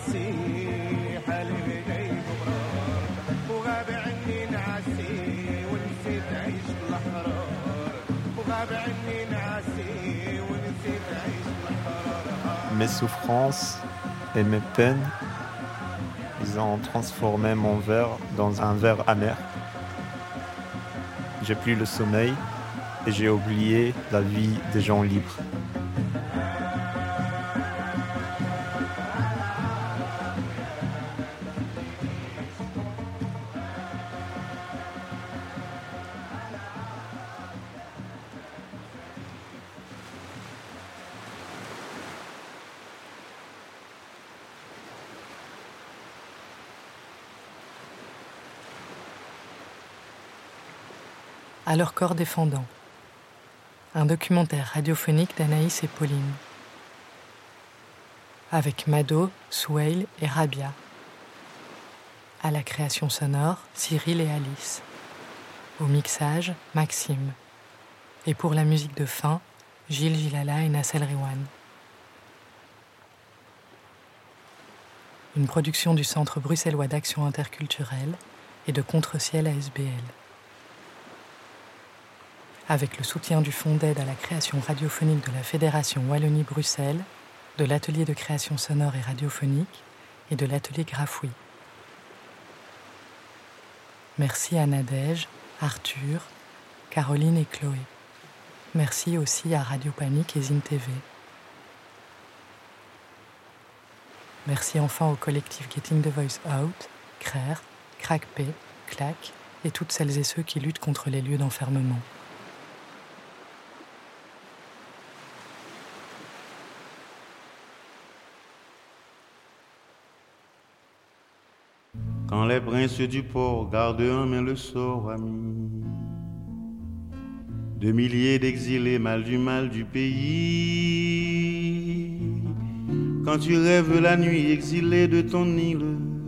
Mes souffrances et mes peines, ils ont transformé mon verre dans un verre amer. J'ai plus le sommeil et j'ai oublié la vie des gens libres. À leur corps défendant. Un documentaire radiophonique d'Anaïs et Pauline. Avec Mado, Souheil et Rabia. À la création sonore, Cyril et Alice. Au mixage, Maxime. Et pour la musique de fin, Gilles Gilala et Nassel Riwan. Une production du Centre bruxellois d'action interculturelle et de Contre-Ciel A S B L. Avec le soutien du Fonds d'aide à la création radiophonique de la Fédération Wallonie-Bruxelles, de l'Atelier de création sonore et radiophonique et de l'Atelier Grafouille. Merci à Nadège, Arthur, Caroline et Chloé. Merci aussi à Radio Panique et Zine T V. Merci enfin au collectif Getting the Voice Out, C R E R, Crackpé, Clac et toutes celles et ceux qui luttent contre les lieux d'enfermement. Quand les princes du port gardent en main le sort, ami, de milliers d'exilés, mal du mal du pays. Quand tu rêves la nuit exilé de ton île,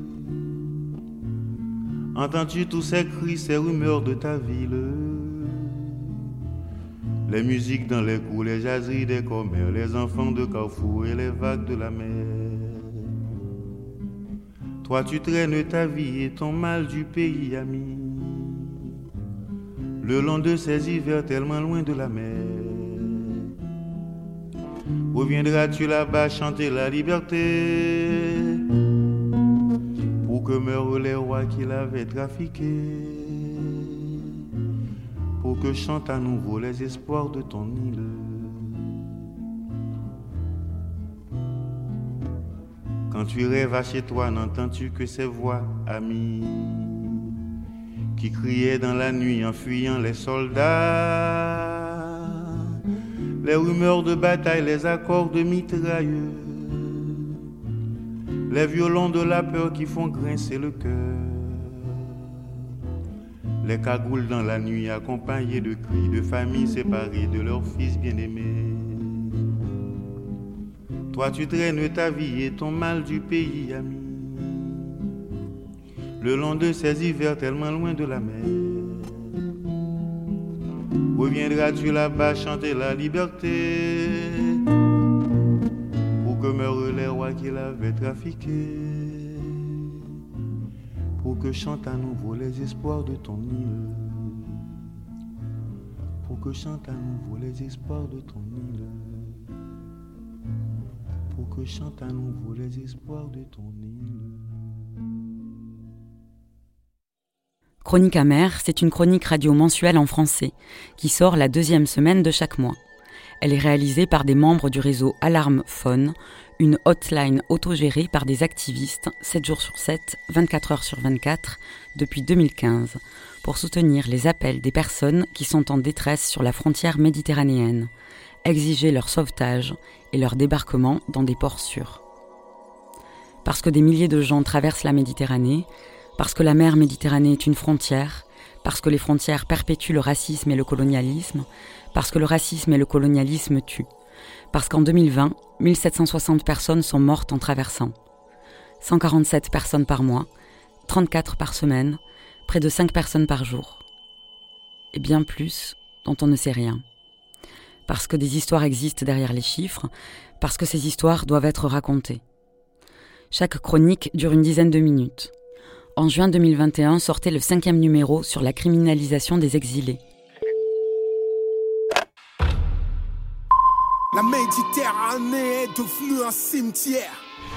entends-tu tous ces cris, ces rumeurs de ta ville? Les musiques dans les cours, les jaseries des commères, les enfants de Carrefour et les vagues de la mer. Toi tu traînes ta vie et ton mal du pays, ami, le long de ces hivers tellement loin de la mer. Reviendras-tu là-bas chanter la liberté, pour que meurent les rois qui l'avaient trafiqué, pour que chantent à nouveau les espoirs de ton île. Quand tu rêves chez toi, n'entends-tu que ces voix, amis, qui criaient dans la nuit en fuyant les soldats, les rumeurs de bataille, les accords de mitrailleux, les violons de la peur qui font grincer le cœur, les cagoules dans la nuit accompagnés de cris de familles séparées de leurs fils bien-aimés. Toi tu traînes ta vie et ton mal du pays, ami, le long de ces hivers tellement loin de la mer. Reviendras-tu là-bas chanter la liberté, pour que meurent les rois qui l'avaient trafiqué, pour que chantent à nouveau les espoirs de ton île, pour que chantent à nouveau les espoirs de ton île, pour que chante à nouveau les espoirs de ton île. Chronique amère, c'est une chronique radio mensuelle en français qui sort la deuxième semaine de chaque mois. Elle est réalisée par des membres du réseau Alarme Phone, une hotline autogérée par des activistes sept jours sur sept, vingt-quatre heures sur vingt-quatre, depuis deux mille quinze, pour soutenir les appels des personnes qui sont en détresse sur la frontière méditerranéenne, exiger leur sauvetage et leur débarquement dans des ports sûrs. Parce que des milliers de gens traversent la Méditerranée, parce que la mer Méditerranée est une frontière, parce que les frontières perpétuent le racisme et le colonialisme, parce que le racisme et le colonialisme tuent, parce qu'en deux mille vingt, mille sept cent soixante personnes sont mortes en traversant. cent quarante-sept personnes par mois, trente-quatre par semaine, près de cinq personnes par jour. Et bien plus dont on ne sait rien. Parce que des histoires existent derrière les chiffres, parce que ces histoires doivent être racontées. Chaque chronique dure une dizaine de minutes. En juin deux mille vingt et un sortait le cinquième numéro sur la criminalisation des exilés. La Méditerranée est devenue un cimetière.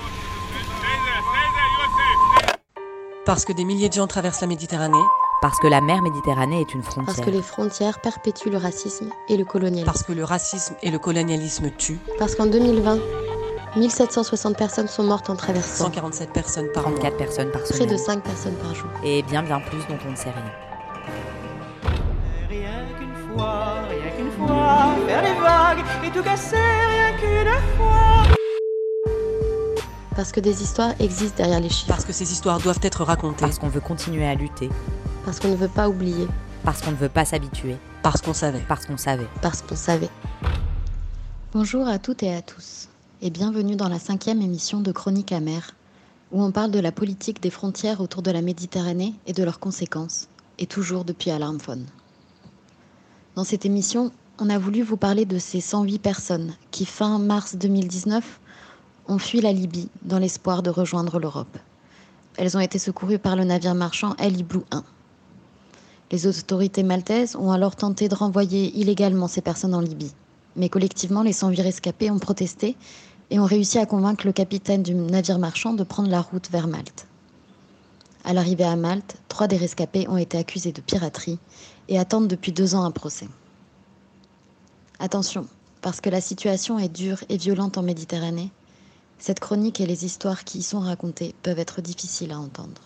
Parce que des milliers de gens traversent la Méditerranée. Parce que la mer Méditerranée est une frontière. Parce que les frontières perpétuent le racisme et le colonialisme. Parce que le racisme et le colonialisme tuent. Parce qu'en deux mille vingt, mille sept cent soixante personnes sont mortes en traversant. cent quarante-sept personnes par trente-quatre mois. personnes par semaine. Près de cinq personnes par jour. Et bien bien plus dont on ne sait rien. Rien qu'une fois, rien qu'une fois, faire les vagues et tout casser, rien qu'une fois. Parce que des histoires existent derrière les chiffres. Parce que ces histoires doivent être racontées. Parce qu'on veut continuer à lutter. Parce qu'on ne veut pas oublier. Parce qu'on ne veut pas s'habituer. Parce qu'on savait. Parce qu'on savait. Parce qu'on savait. Bonjour à toutes et à tous, et bienvenue dans la cinquième émission de Chronique amère, où on parle de la politique des frontières autour de la Méditerranée et de leurs conséquences, et toujours depuis Alarmphone. Dans cette émission, on a voulu vous parler de ces cent huit personnes qui, fin mars deux mille dix-neuf, ont fui la Libye dans l'espoir de rejoindre l'Europe. Elles ont été secourues par le navire marchand Ellie Blue un. Les autorités maltaises ont alors tenté de renvoyer illégalement ces personnes en Libye. Mais collectivement, les cent huit rescapés ont protesté et ont réussi à convaincre le capitaine du navire marchand de prendre la route vers Malte. À l'arrivée à Malte, trois des rescapés ont été accusés de piraterie et attendent depuis deux ans un procès. Attention, parce que la situation est dure et violente en Méditerranée, cette chronique et les histoires qui y sont racontées peuvent être difficiles à entendre.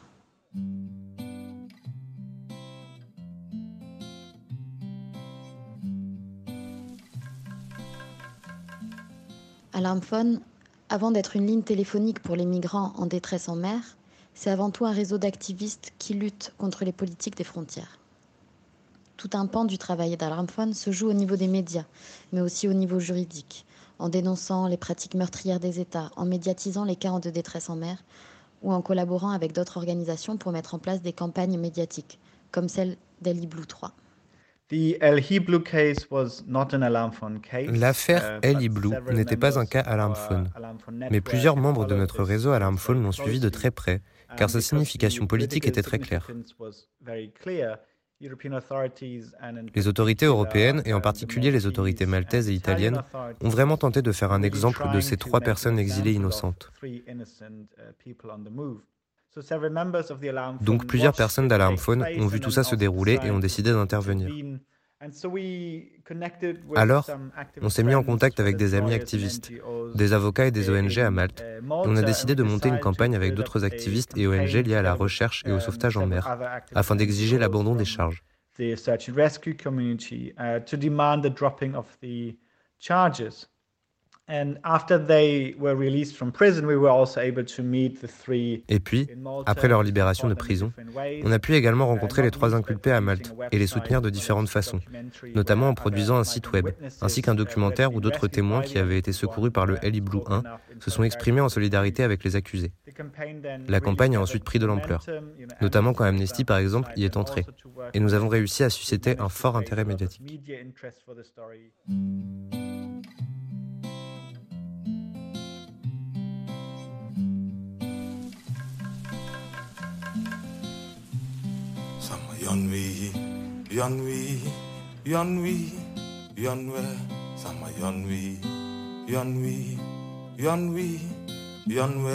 Alarmphone, avant d'être une ligne téléphonique pour les migrants en détresse en mer, c'est avant tout un réseau d'activistes qui luttent contre les politiques des frontières. Tout un pan du travail d'Alarmphone se joue au niveau des médias, mais aussi au niveau juridique, en dénonçant les pratiques meurtrières des États, en médiatisant les cas de détresse en mer, ou en collaborant avec d'autres organisations pour mettre en place des campagnes médiatiques, comme celle d'Ellie Blue trois. L'affaire Ellie Blue n'était pas un cas Alarmphone, mais plusieurs membres de notre réseau Alarmphone l'ont suivi de très près, car sa signification politique était très claire. Les autorités européennes, et en particulier les autorités maltaises et italiennes, ont vraiment tenté de faire un exemple de ces trois personnes exilées innocentes. Donc plusieurs personnes d'Alarmphone ont vu tout ça se dérouler et ont décidé d'intervenir. Alors, on s'est mis en contact avec des amis activistes, des avocats et des O N G à Malte, et on a décidé de monter une campagne avec d'autres activistes et O N G liés à la recherche et au sauvetage en mer, afin d'exiger l'abandon des charges. Et puis, après leur libération de prison, on a pu également rencontrer les trois inculpés à Malte et les soutenir de différentes façons, notamment en produisant un site web, ainsi qu'un documentaire où d'autres témoins qui avaient été secourus par le Ellie Blue un se sont exprimés en solidarité avec les accusés. La campagne a ensuite pris de l'ampleur, notamment quand Amnesty, par exemple, y est entré, et nous avons réussi à susciter un fort intérêt médiatique. Yonwi, Yonwi, Yonwi, Yonwe, Sama Yonwi, Yonwi, Yonwi, Yonwe.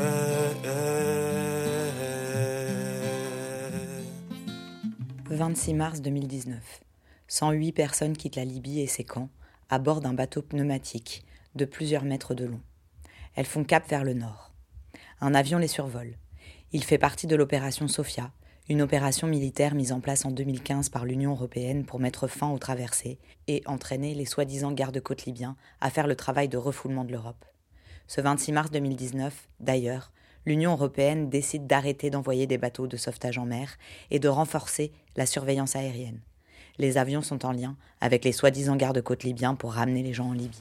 vingt-six mars deux mille dix-neuf. cent huit personnes quittent la Libye et ses camps à bord d'un bateau pneumatique de plusieurs mètres de long. Elles font cap vers le nord. Un avion les survole. Il fait partie de l'opération Sophia, une opération militaire mise en place en deux mille quinze par l'Union européenne pour mettre fin aux traversées et entraîner les soi-disant gardes-côtes libyens à faire le travail de refoulement de l'Europe. Ce vingt-six mars deux mille dix-neuf, d'ailleurs, l'Union européenne décide d'arrêter d'envoyer des bateaux de sauvetage en mer et de renforcer la surveillance aérienne. Les avions sont en lien avec les soi-disant gardes-côtes libyens pour ramener les gens en Libye.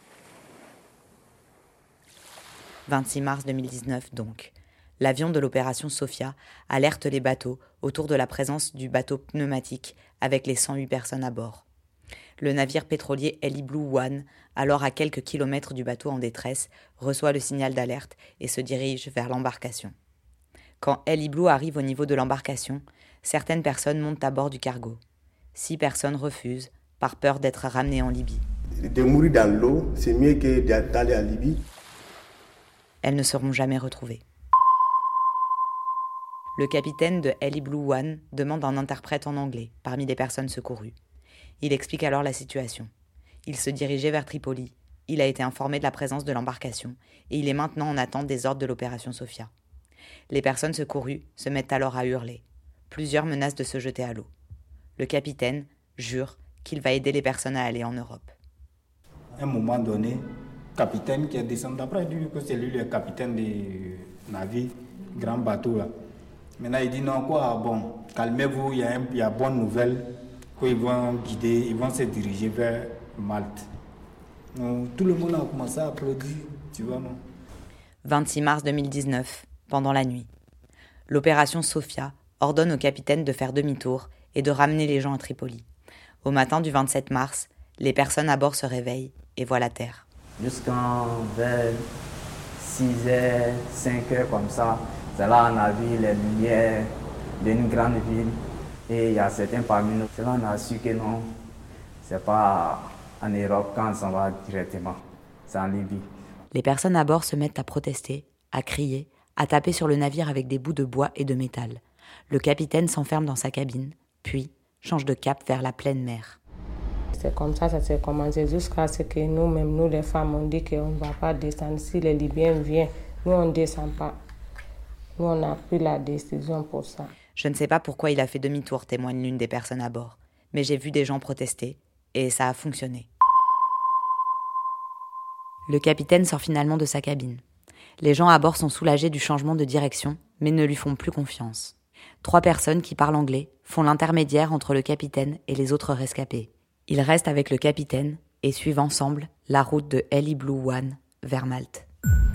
vingt-six mars deux mille dix-neuf donc. L'avion de l'opération Sophia alerte les bateaux autour de la présence du bateau pneumatique avec les cent huit personnes à bord. Le navire pétrolier Ellie Blue One, alors à quelques kilomètres du bateau en détresse, reçoit le signal d'alerte et se dirige vers l'embarcation. Quand Ellie Blue arrive au niveau de l'embarcation, certaines personnes montent à bord du cargo. Six personnes refusent, par peur d'être ramenées en Libye. De mourir dans l'eau, c'est mieux que d'aller en Libye. Elles ne seront jamais retrouvées. Le capitaine de Ellie Blue One demande un interprète en anglais parmi les personnes secourues. Il explique alors la situation. Il se dirigeait vers Tripoli. Il a été informé de la présence de l'embarcation et il est maintenant en attente des ordres de l'opération Sophia. Les personnes secourues se mettent alors à hurler. Plusieurs menacent de se jeter à l'eau. Le capitaine jure qu'il va aider les personnes à aller en Europe. À un moment donné, le capitaine qui est descendu, après il dit que c'est lui le capitaine du navire, grand bateau là. Maintenant il dit non quoi, bon, calmez-vous, il y a, un, il y a bonne nouvelle, qu'ils vont guider, ils vont se diriger vers Malte. Donc, tout le monde a commencé à applaudir, tu vois non. vingt-six mars deux mille dix-neuf, pendant la nuit. L'opération Sophia ordonne au capitaine de faire demi-tour et de ramener les gens à Tripoli. Au matin du vingt-sept mars, les personnes à bord se réveillent et voient la terre. Jusqu'en vers six heures, cinq heures comme ça, c'est là on a vu les lumières d'une grande ville et il y a certains parmi nous. C'est là on a su que non, c'est pas en Europe quand on s'en va directement, c'est en Libye. Les personnes à bord se mettent à protester, à crier, à taper sur le navire avec des bouts de bois et de métal. Le capitaine s'enferme dans sa cabine, puis change de cap vers la pleine mer. C'est comme ça, ça s'est commencé jusqu'à ce que nous-mêmes, nous les femmes, on dit qu'on ne va pas descendre. Si les Libyens viennent, nous on ne descend pas. Nous on a pris la décision pour ça. Je ne sais pas pourquoi il a fait demi-tour, témoigne l'une des personnes à bord. Mais j'ai vu des gens protester, et ça a fonctionné. Le capitaine sort finalement de sa cabine. Les gens à bord sont soulagés du changement de direction, mais ne lui font plus confiance. Trois personnes qui parlent anglais font l'intermédiaire entre le capitaine et les autres rescapés. Ils restent avec le capitaine et suivent ensemble la route de Ellie Blue One vers Malte.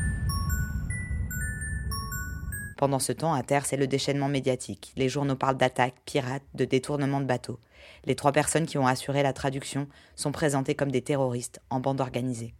Pendant ce temps, à terre, c'est le déchaînement médiatique. Les journaux parlent d'attaques, pirates, de détournements de bateaux. Les trois personnes qui ont assuré la traduction sont présentées comme des terroristes en bande organisée.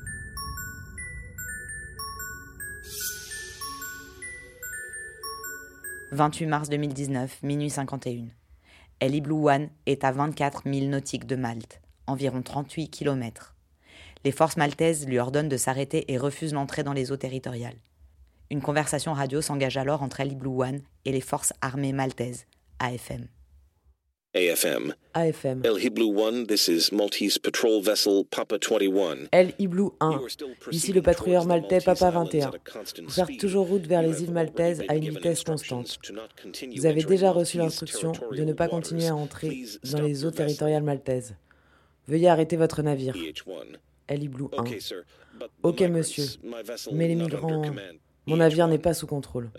vingt-huit mars deux mille dix-neuf, minuit cinquante et une. Ellie Blue One est à vingt-quatre milles nautiques de Malte, environ trente-huit kilomètres. Les forces maltaises lui ordonnent de s'arrêter et refusent l'entrée dans les eaux territoriales. Une conversation radio s'engage alors entre Ellie Blue One et les forces armées maltaises, A F M. A F M. A F M. Ellie Blue One, this is Maltese patrol vessel Papa vingt-et-un. Ellie Blue un, ici le patrouilleur maltais Papa vingt et un. Vous faites toujours route vers les îles maltaises à une vitesse constante. Vous avez déjà reçu l'instruction de ne pas continuer à entrer dans les eaux territoriales maltaises. Veuillez arrêter votre navire. Ellie Blue un. Ok monsieur, mais les migrants... Mon navire n'est pas sous contrôle.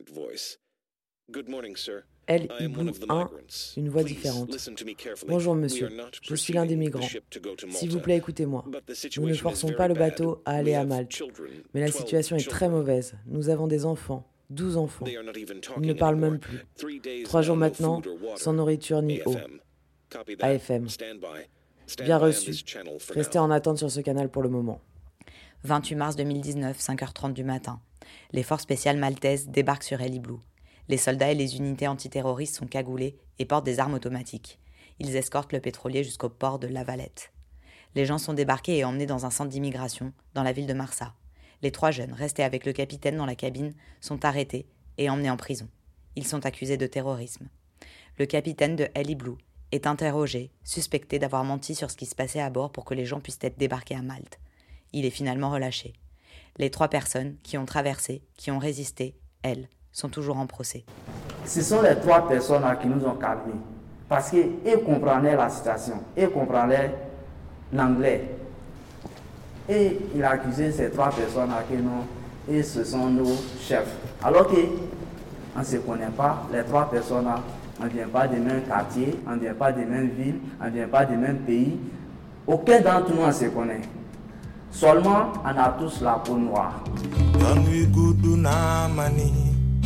Ellie Blue un, une voix différente. Bonjour monsieur, je suis l'un des migrants. S'il vous plaît, écoutez-moi. Nous ne forçons pas le bateau à aller à Malte, mais la situation est très mauvaise. Nous avons des enfants, douze enfants. Ils ne parlent même plus. Trois jours maintenant, sans nourriture ni eau. A F M. Bien reçu. Restez en attente sur ce canal pour le moment. vingt-huit mars deux mille dix-neuf, cinq heures trente du matin. Les forces spéciales maltaises débarquent sur Ellie Blue. Les soldats et les unités antiterroristes sont cagoulés et portent des armes automatiques. Ils escortent le pétrolier jusqu'au port de La Valette. Les gens sont débarqués et emmenés dans un centre d'immigration, dans la ville de Marsa. Les trois jeunes, restés avec le capitaine dans la cabine, sont arrêtés et emmenés en prison. Ils sont accusés de terrorisme. Le capitaine de Ellie Blue est interrogé, suspecté d'avoir menti sur ce qui se passait à bord pour que les gens puissent être débarqués à Malte. Il est finalement relâché. Les trois personnes qui ont traversé, qui ont résisté, elles, sont toujours en procès. Ce sont les trois personnes qui nous ont calmés. Parce qu'ils comprenaient la situation, ils comprenaient l'anglais. Et il a accusé ces trois personnes que non, et ce sont nos chefs. Alors qu'on ne se connaît pas, les trois personnes, on ne vient pas des mêmes quartiers, on ne vient pas des mêmes villes, on ne vient pas des mêmes pays. Aucun d'entre nous ne se connaît. Seulement, on a tous la peau noire.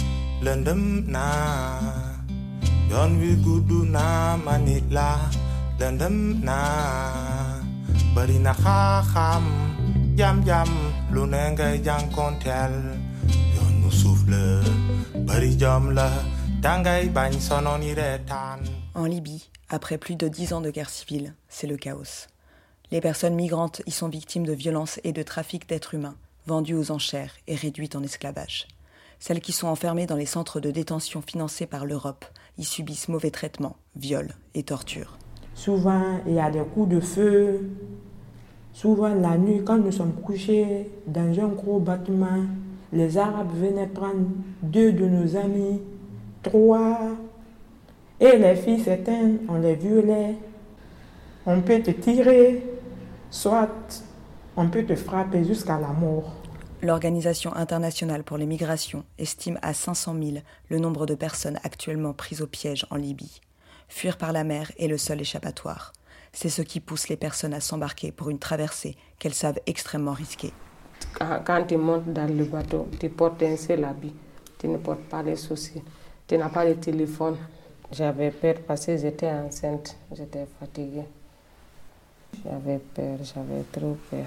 Lendem na yon wi gudu na manila dendem na bari na kham yam yam lu ne ngay jankontel yoon nu souffle bari jom la dangay bañ sonon yi retaan. En Libye, après plus de dix ans de guerre civile, c'est le chaos. Les personnes migrantes y sont victimes de violences et de trafic d'êtres humains, vendues aux enchères et réduites en esclavage. Celles qui sont enfermées dans les centres de détention financés par l'Europe y subissent mauvais traitements, viols et tortures. Souvent, il y a des coups de feu. Souvent, la nuit, quand nous sommes couchés dans un gros bâtiment, les Arabes venaient prendre deux de nos amis, trois, et les filles s'éteignent, on les violait. On peut te tirer, soit on peut te frapper jusqu'à la mort. L'Organisation internationale pour les migrations estime à cinq cent mille le nombre de personnes actuellement prises au piège en Libye. Fuir par la mer est le seul échappatoire. C'est ce qui pousse les personnes à s'embarquer pour une traversée qu'elles savent extrêmement risquée. Quand tu montes dans le bateau, tu portes un seul habit. Tu ne portes pas les soucis. Tu n'as pas de téléphone. J'avais peur parce que j'étais enceinte. J'étais fatiguée. J'avais peur, j'avais trop peur.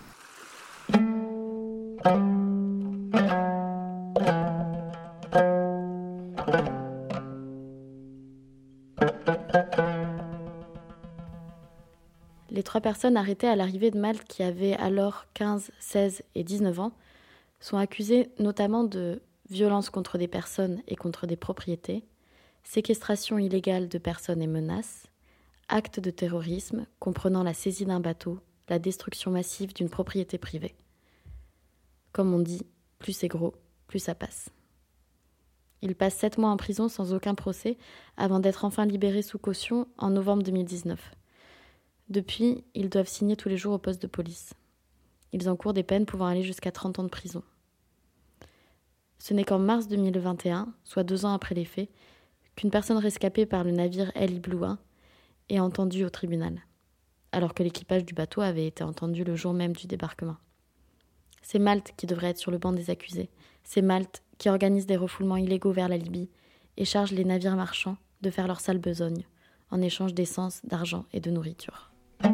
Les trois personnes arrêtées à l'arrivée de Malte, qui avaient alors quinze, seize et dix-neuf ans, sont accusées notamment de violences contre des personnes et contre des propriétés, séquestration illégale de personnes et menaces, actes de terrorisme comprenant la saisie d'un bateau, la destruction massive d'une propriété privée. Comme on dit, plus c'est gros, plus ça passe. Ils passent sept mois en prison sans aucun procès avant d'être enfin libérés sous caution en novembre deux mille dix-neuf. Depuis, ils doivent signer tous les jours au poste de police. Ils encourent des peines pouvant aller jusqu'à trente ans de prison. Ce n'est qu'en mars deux mille vingt et un, soit deux ans après les faits, qu'une personne rescapée par le navire El Ibloua est entendue au tribunal, alors que l'équipage du bateau avait été entendu le jour même du débarquement. C'est Malte qui devrait être sur le banc des accusés. C'est Malte qui organise des refoulements illégaux vers la Libye et charge les navires marchands de faire leur sale besogne, en échange d'essence, d'argent et de nourriture.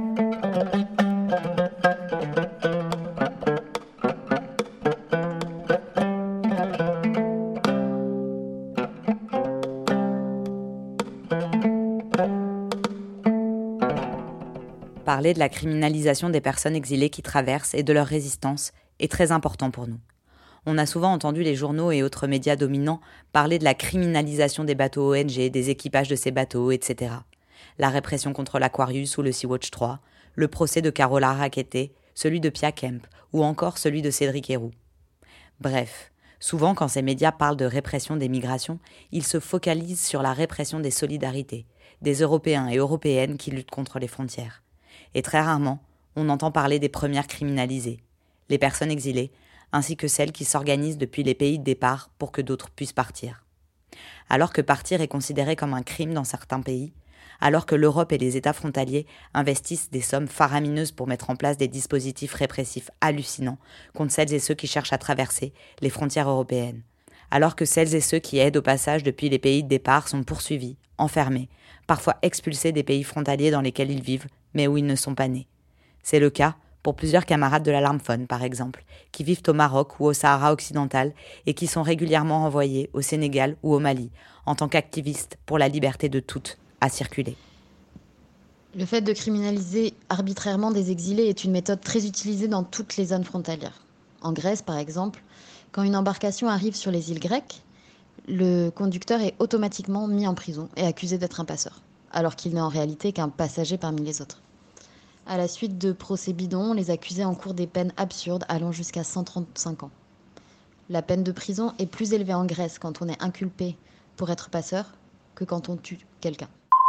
Parler de la criminalisation des personnes exilées qui traversent et de leur résistance est très important pour nous. On a souvent entendu les journaux et autres médias dominants parler de la criminalisation des bateaux O N G, des équipages de ces bateaux, et cetera. La répression contre l'Aquarius ou le Sea-Watch trois, le procès de Carola Rackete, celui de Pia Kemp ou encore celui de Cédric Herrou. Bref, souvent quand ces médias parlent de répression des migrations, ils se focalisent sur la répression des solidarités, des Européens et Européennes qui luttent contre les frontières. Et très rarement, on entend parler des premières criminalisées, les personnes exilées, ainsi que celles qui s'organisent depuis les pays de départ pour que d'autres puissent partir. Alors que partir est considéré comme un crime dans certains pays, alors que l'Europe et les États frontaliers investissent des sommes faramineuses pour mettre en place des dispositifs répressifs hallucinants contre celles et ceux qui cherchent à traverser les frontières européennes, alors que celles et ceux qui aident au passage depuis les pays de départ sont poursuivis, enfermés, parfois expulsés des pays frontaliers dans lesquels ils vivent, mais où ils ne sont pas nés. C'est le cas pour plusieurs camarades de l'Alarmphone, par exemple, qui vivent au Maroc ou au Sahara occidental et qui sont régulièrement renvoyés au Sénégal ou au Mali, en tant qu'activistes pour la liberté de toutes à circuler. Le fait de criminaliser arbitrairement des exilés est une méthode très utilisée dans toutes les zones frontalières. En Grèce, par exemple, quand une embarcation arrive sur les îles grecques, le conducteur est automatiquement mis en prison et accusé d'être un passeur, alors qu'il n'est en réalité qu'un passager parmi les autres. À la suite de procès bidons, les accusés encourent des peines absurdes allant jusqu'à cent trente-cinq ans. La peine de prison est plus élevée en Grèce quand on est inculpé pour être passeur que quand on tue quelqu'un.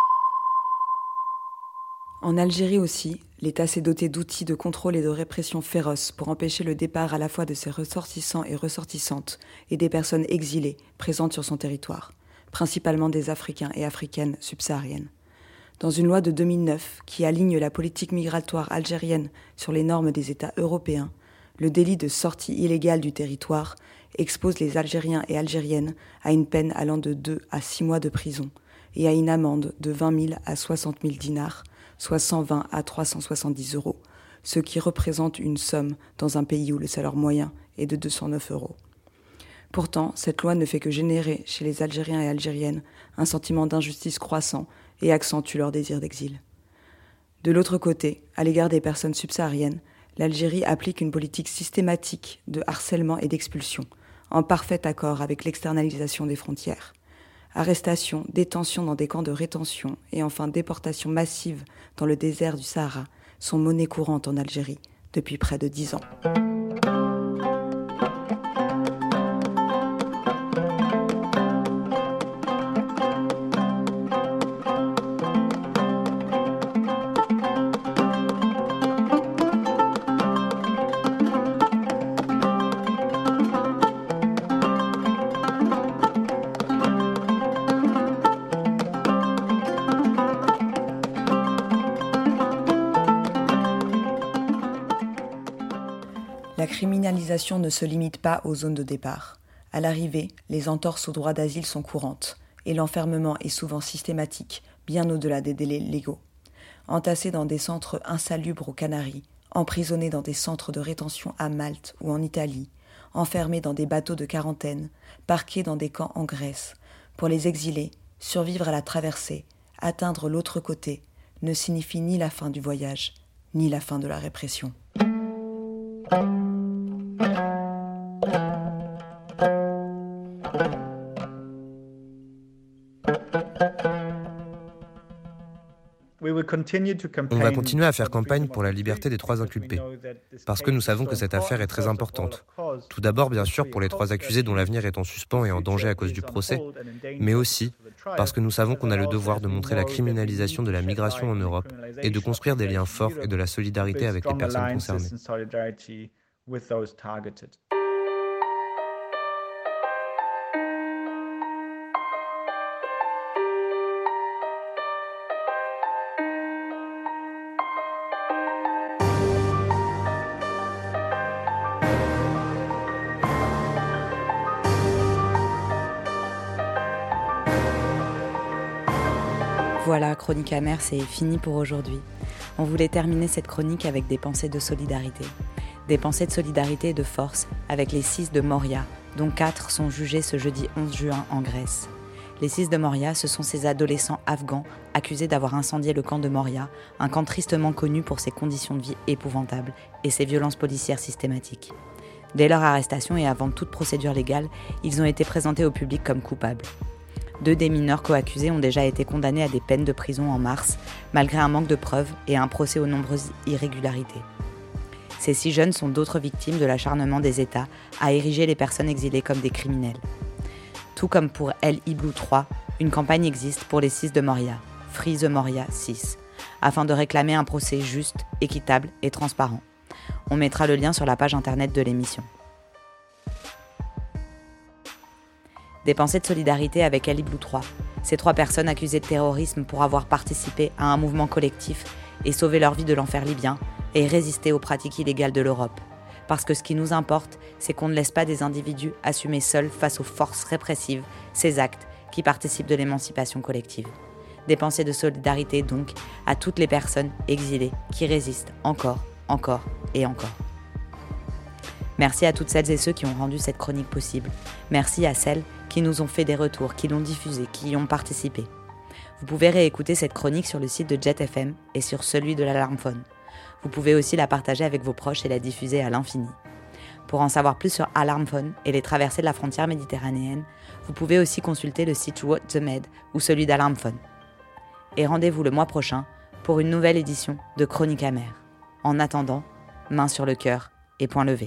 En Algérie aussi, l'État s'est doté d'outils de contrôle et de répression féroces pour empêcher le départ à la fois de ses ressortissants et ressortissantes et des personnes exilées présentes sur son territoire, principalement des Africains et Africaines subsahariennes. Dans une loi de deux mille neuf qui aligne la politique migratoire algérienne sur les normes des États européens, le délit de sortie illégale du territoire expose les Algériens et Algériennes à une peine allant de deux à six mois de prison et à une amende de vingt mille à soixante mille dinars, soit cent vingt à trois cent soixante-dix euros, ce qui représente une somme dans un pays où le salaire moyen est de deux cent neuf euros. Pourtant, cette loi ne fait que générer chez les Algériens et Algériennes un sentiment d'injustice croissant et accentue leur désir d'exil. De l'autre côté, à l'égard des personnes subsahariennes, l'Algérie applique une politique systématique de harcèlement et d'expulsion, en parfait accord avec l'externalisation des frontières. Arrestations, détentions dans des camps de rétention et enfin déportations massives dans le désert du Sahara sont monnaie courante en Algérie depuis près de dix ans. La criminalisation ne se limite pas aux zones de départ. À l'arrivée, les entorses au droit d'asile sont courantes et l'enfermement est souvent systématique, bien au-delà des délais légaux. Entassés dans des centres insalubres aux Canaries, emprisonnés dans des centres de rétention à Malte ou en Italie, enfermés dans des bateaux de quarantaine, parqués dans des camps en Grèce, pour les exilés, survivre à la traversée, atteindre l'autre côté, ne signifie ni la fin du voyage, ni la fin de la répression. On va continuer à faire campagne pour la liberté des trois inculpés, parce que nous savons que cette affaire est très importante. Tout d'abord, bien sûr, pour les trois accusés dont l'avenir est en suspens et en danger à cause du procès, mais aussi parce que nous savons qu'on a le devoir de montrer la criminalisation de la migration en Europe et de construire des liens forts et de la solidarité avec les personnes concernées. Voilà, Chronique amère, c'est fini pour aujourd'hui. On voulait terminer cette chronique avec des pensées de solidarité. Des pensées de solidarité et de force avec les six de Moria, dont quatre sont jugés ce jeudi onze juin en Grèce. Les six de Moria, ce sont ces adolescents afghans accusés d'avoir incendié le camp de Moria, un camp tristement connu pour ses conditions de vie épouvantables et ses violences policières systématiques. Dès leur arrestation et avant toute procédure légale, ils ont été présentés au public comme coupables. Deux des mineurs co-accusés ont déjà été condamnés à des peines de prison en mars, malgré un manque de preuves et un procès aux nombreuses irrégularités. Ces six jeunes sont d'autres victimes de l'acharnement des États à ériger les personnes exilées comme des criminels. Tout comme pour El Iblou trois, une campagne existe pour les six de Moria, Free the Moria six, afin de réclamer un procès juste, équitable et transparent. On mettra le lien sur la page internet de l'émission. Des pensées de solidarité avec El Iblou trois, ces trois personnes accusées de terrorisme pour avoir participé à un mouvement collectif et sauvé leur vie de l'enfer libyen et résister aux pratiques illégales de l'Europe. Parce que ce qui nous importe, c'est qu'on ne laisse pas des individus assumer seuls face aux forces répressives ces actes qui participent de l'émancipation collective. Des pensées de solidarité donc à toutes les personnes exilées qui résistent encore, encore et encore. Merci à toutes celles et ceux qui ont rendu cette chronique possible. Merci à celles qui nous ont fait des retours, qui l'ont diffusée, qui y ont participé. Vous pouvez réécouter cette chronique sur le site de Jet F M et sur celui de l'Alarmphone. Vous pouvez aussi la partager avec vos proches et la diffuser à l'infini. Pour en savoir plus sur Alarmphone et les traversées de la frontière méditerranéenne, vous pouvez aussi consulter le site What the Med ou celui d'Alarmphone. Et rendez-vous le mois prochain pour une nouvelle édition de Chronique amère. En attendant, main sur le cœur et point levé.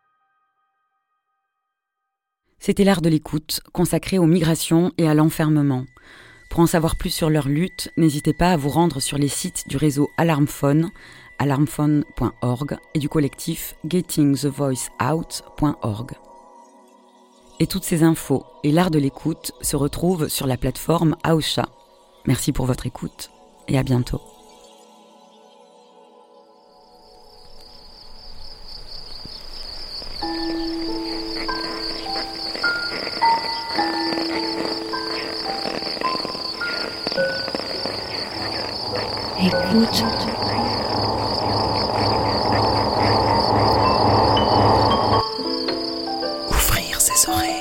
C'était l'art de l'écoute, consacré aux migrations et à l'enfermement. Pour en savoir plus sur leur lutte, n'hésitez pas à vous rendre sur les sites du réseau Alarmphone, alarmphone point org, et du collectif getting the voice out point org. Et toutes ces infos et l'art de l'écoute se retrouvent sur la plateforme Aosha. Merci pour votre écoute et à bientôt. Écoute. Ouvrir ses oreilles.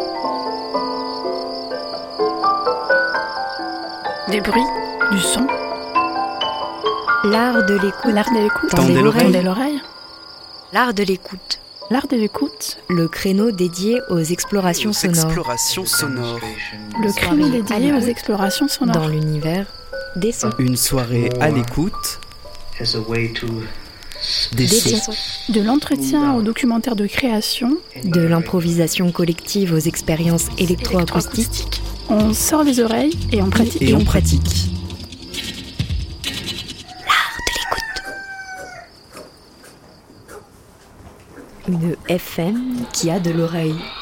Des bruits, du son. L'art de l'écoute. L'art de l'écoute. Tendez l'oreille. Tendez l'oreille. L'art de l'écoute. L'art de l'écoute. Le créneau dédié aux explorations aux sonores. Explorations sonores. Le créneau dédié aux explorations sonores. Dans l'univers des sons. Une soirée à l'écoute. Des sons. De l'entretien au documentaire de création. De l'improvisation collective aux expériences électroacoustiques. On sort les oreilles et on pratique. Et on pratique. Une F M qui a de l'oreille.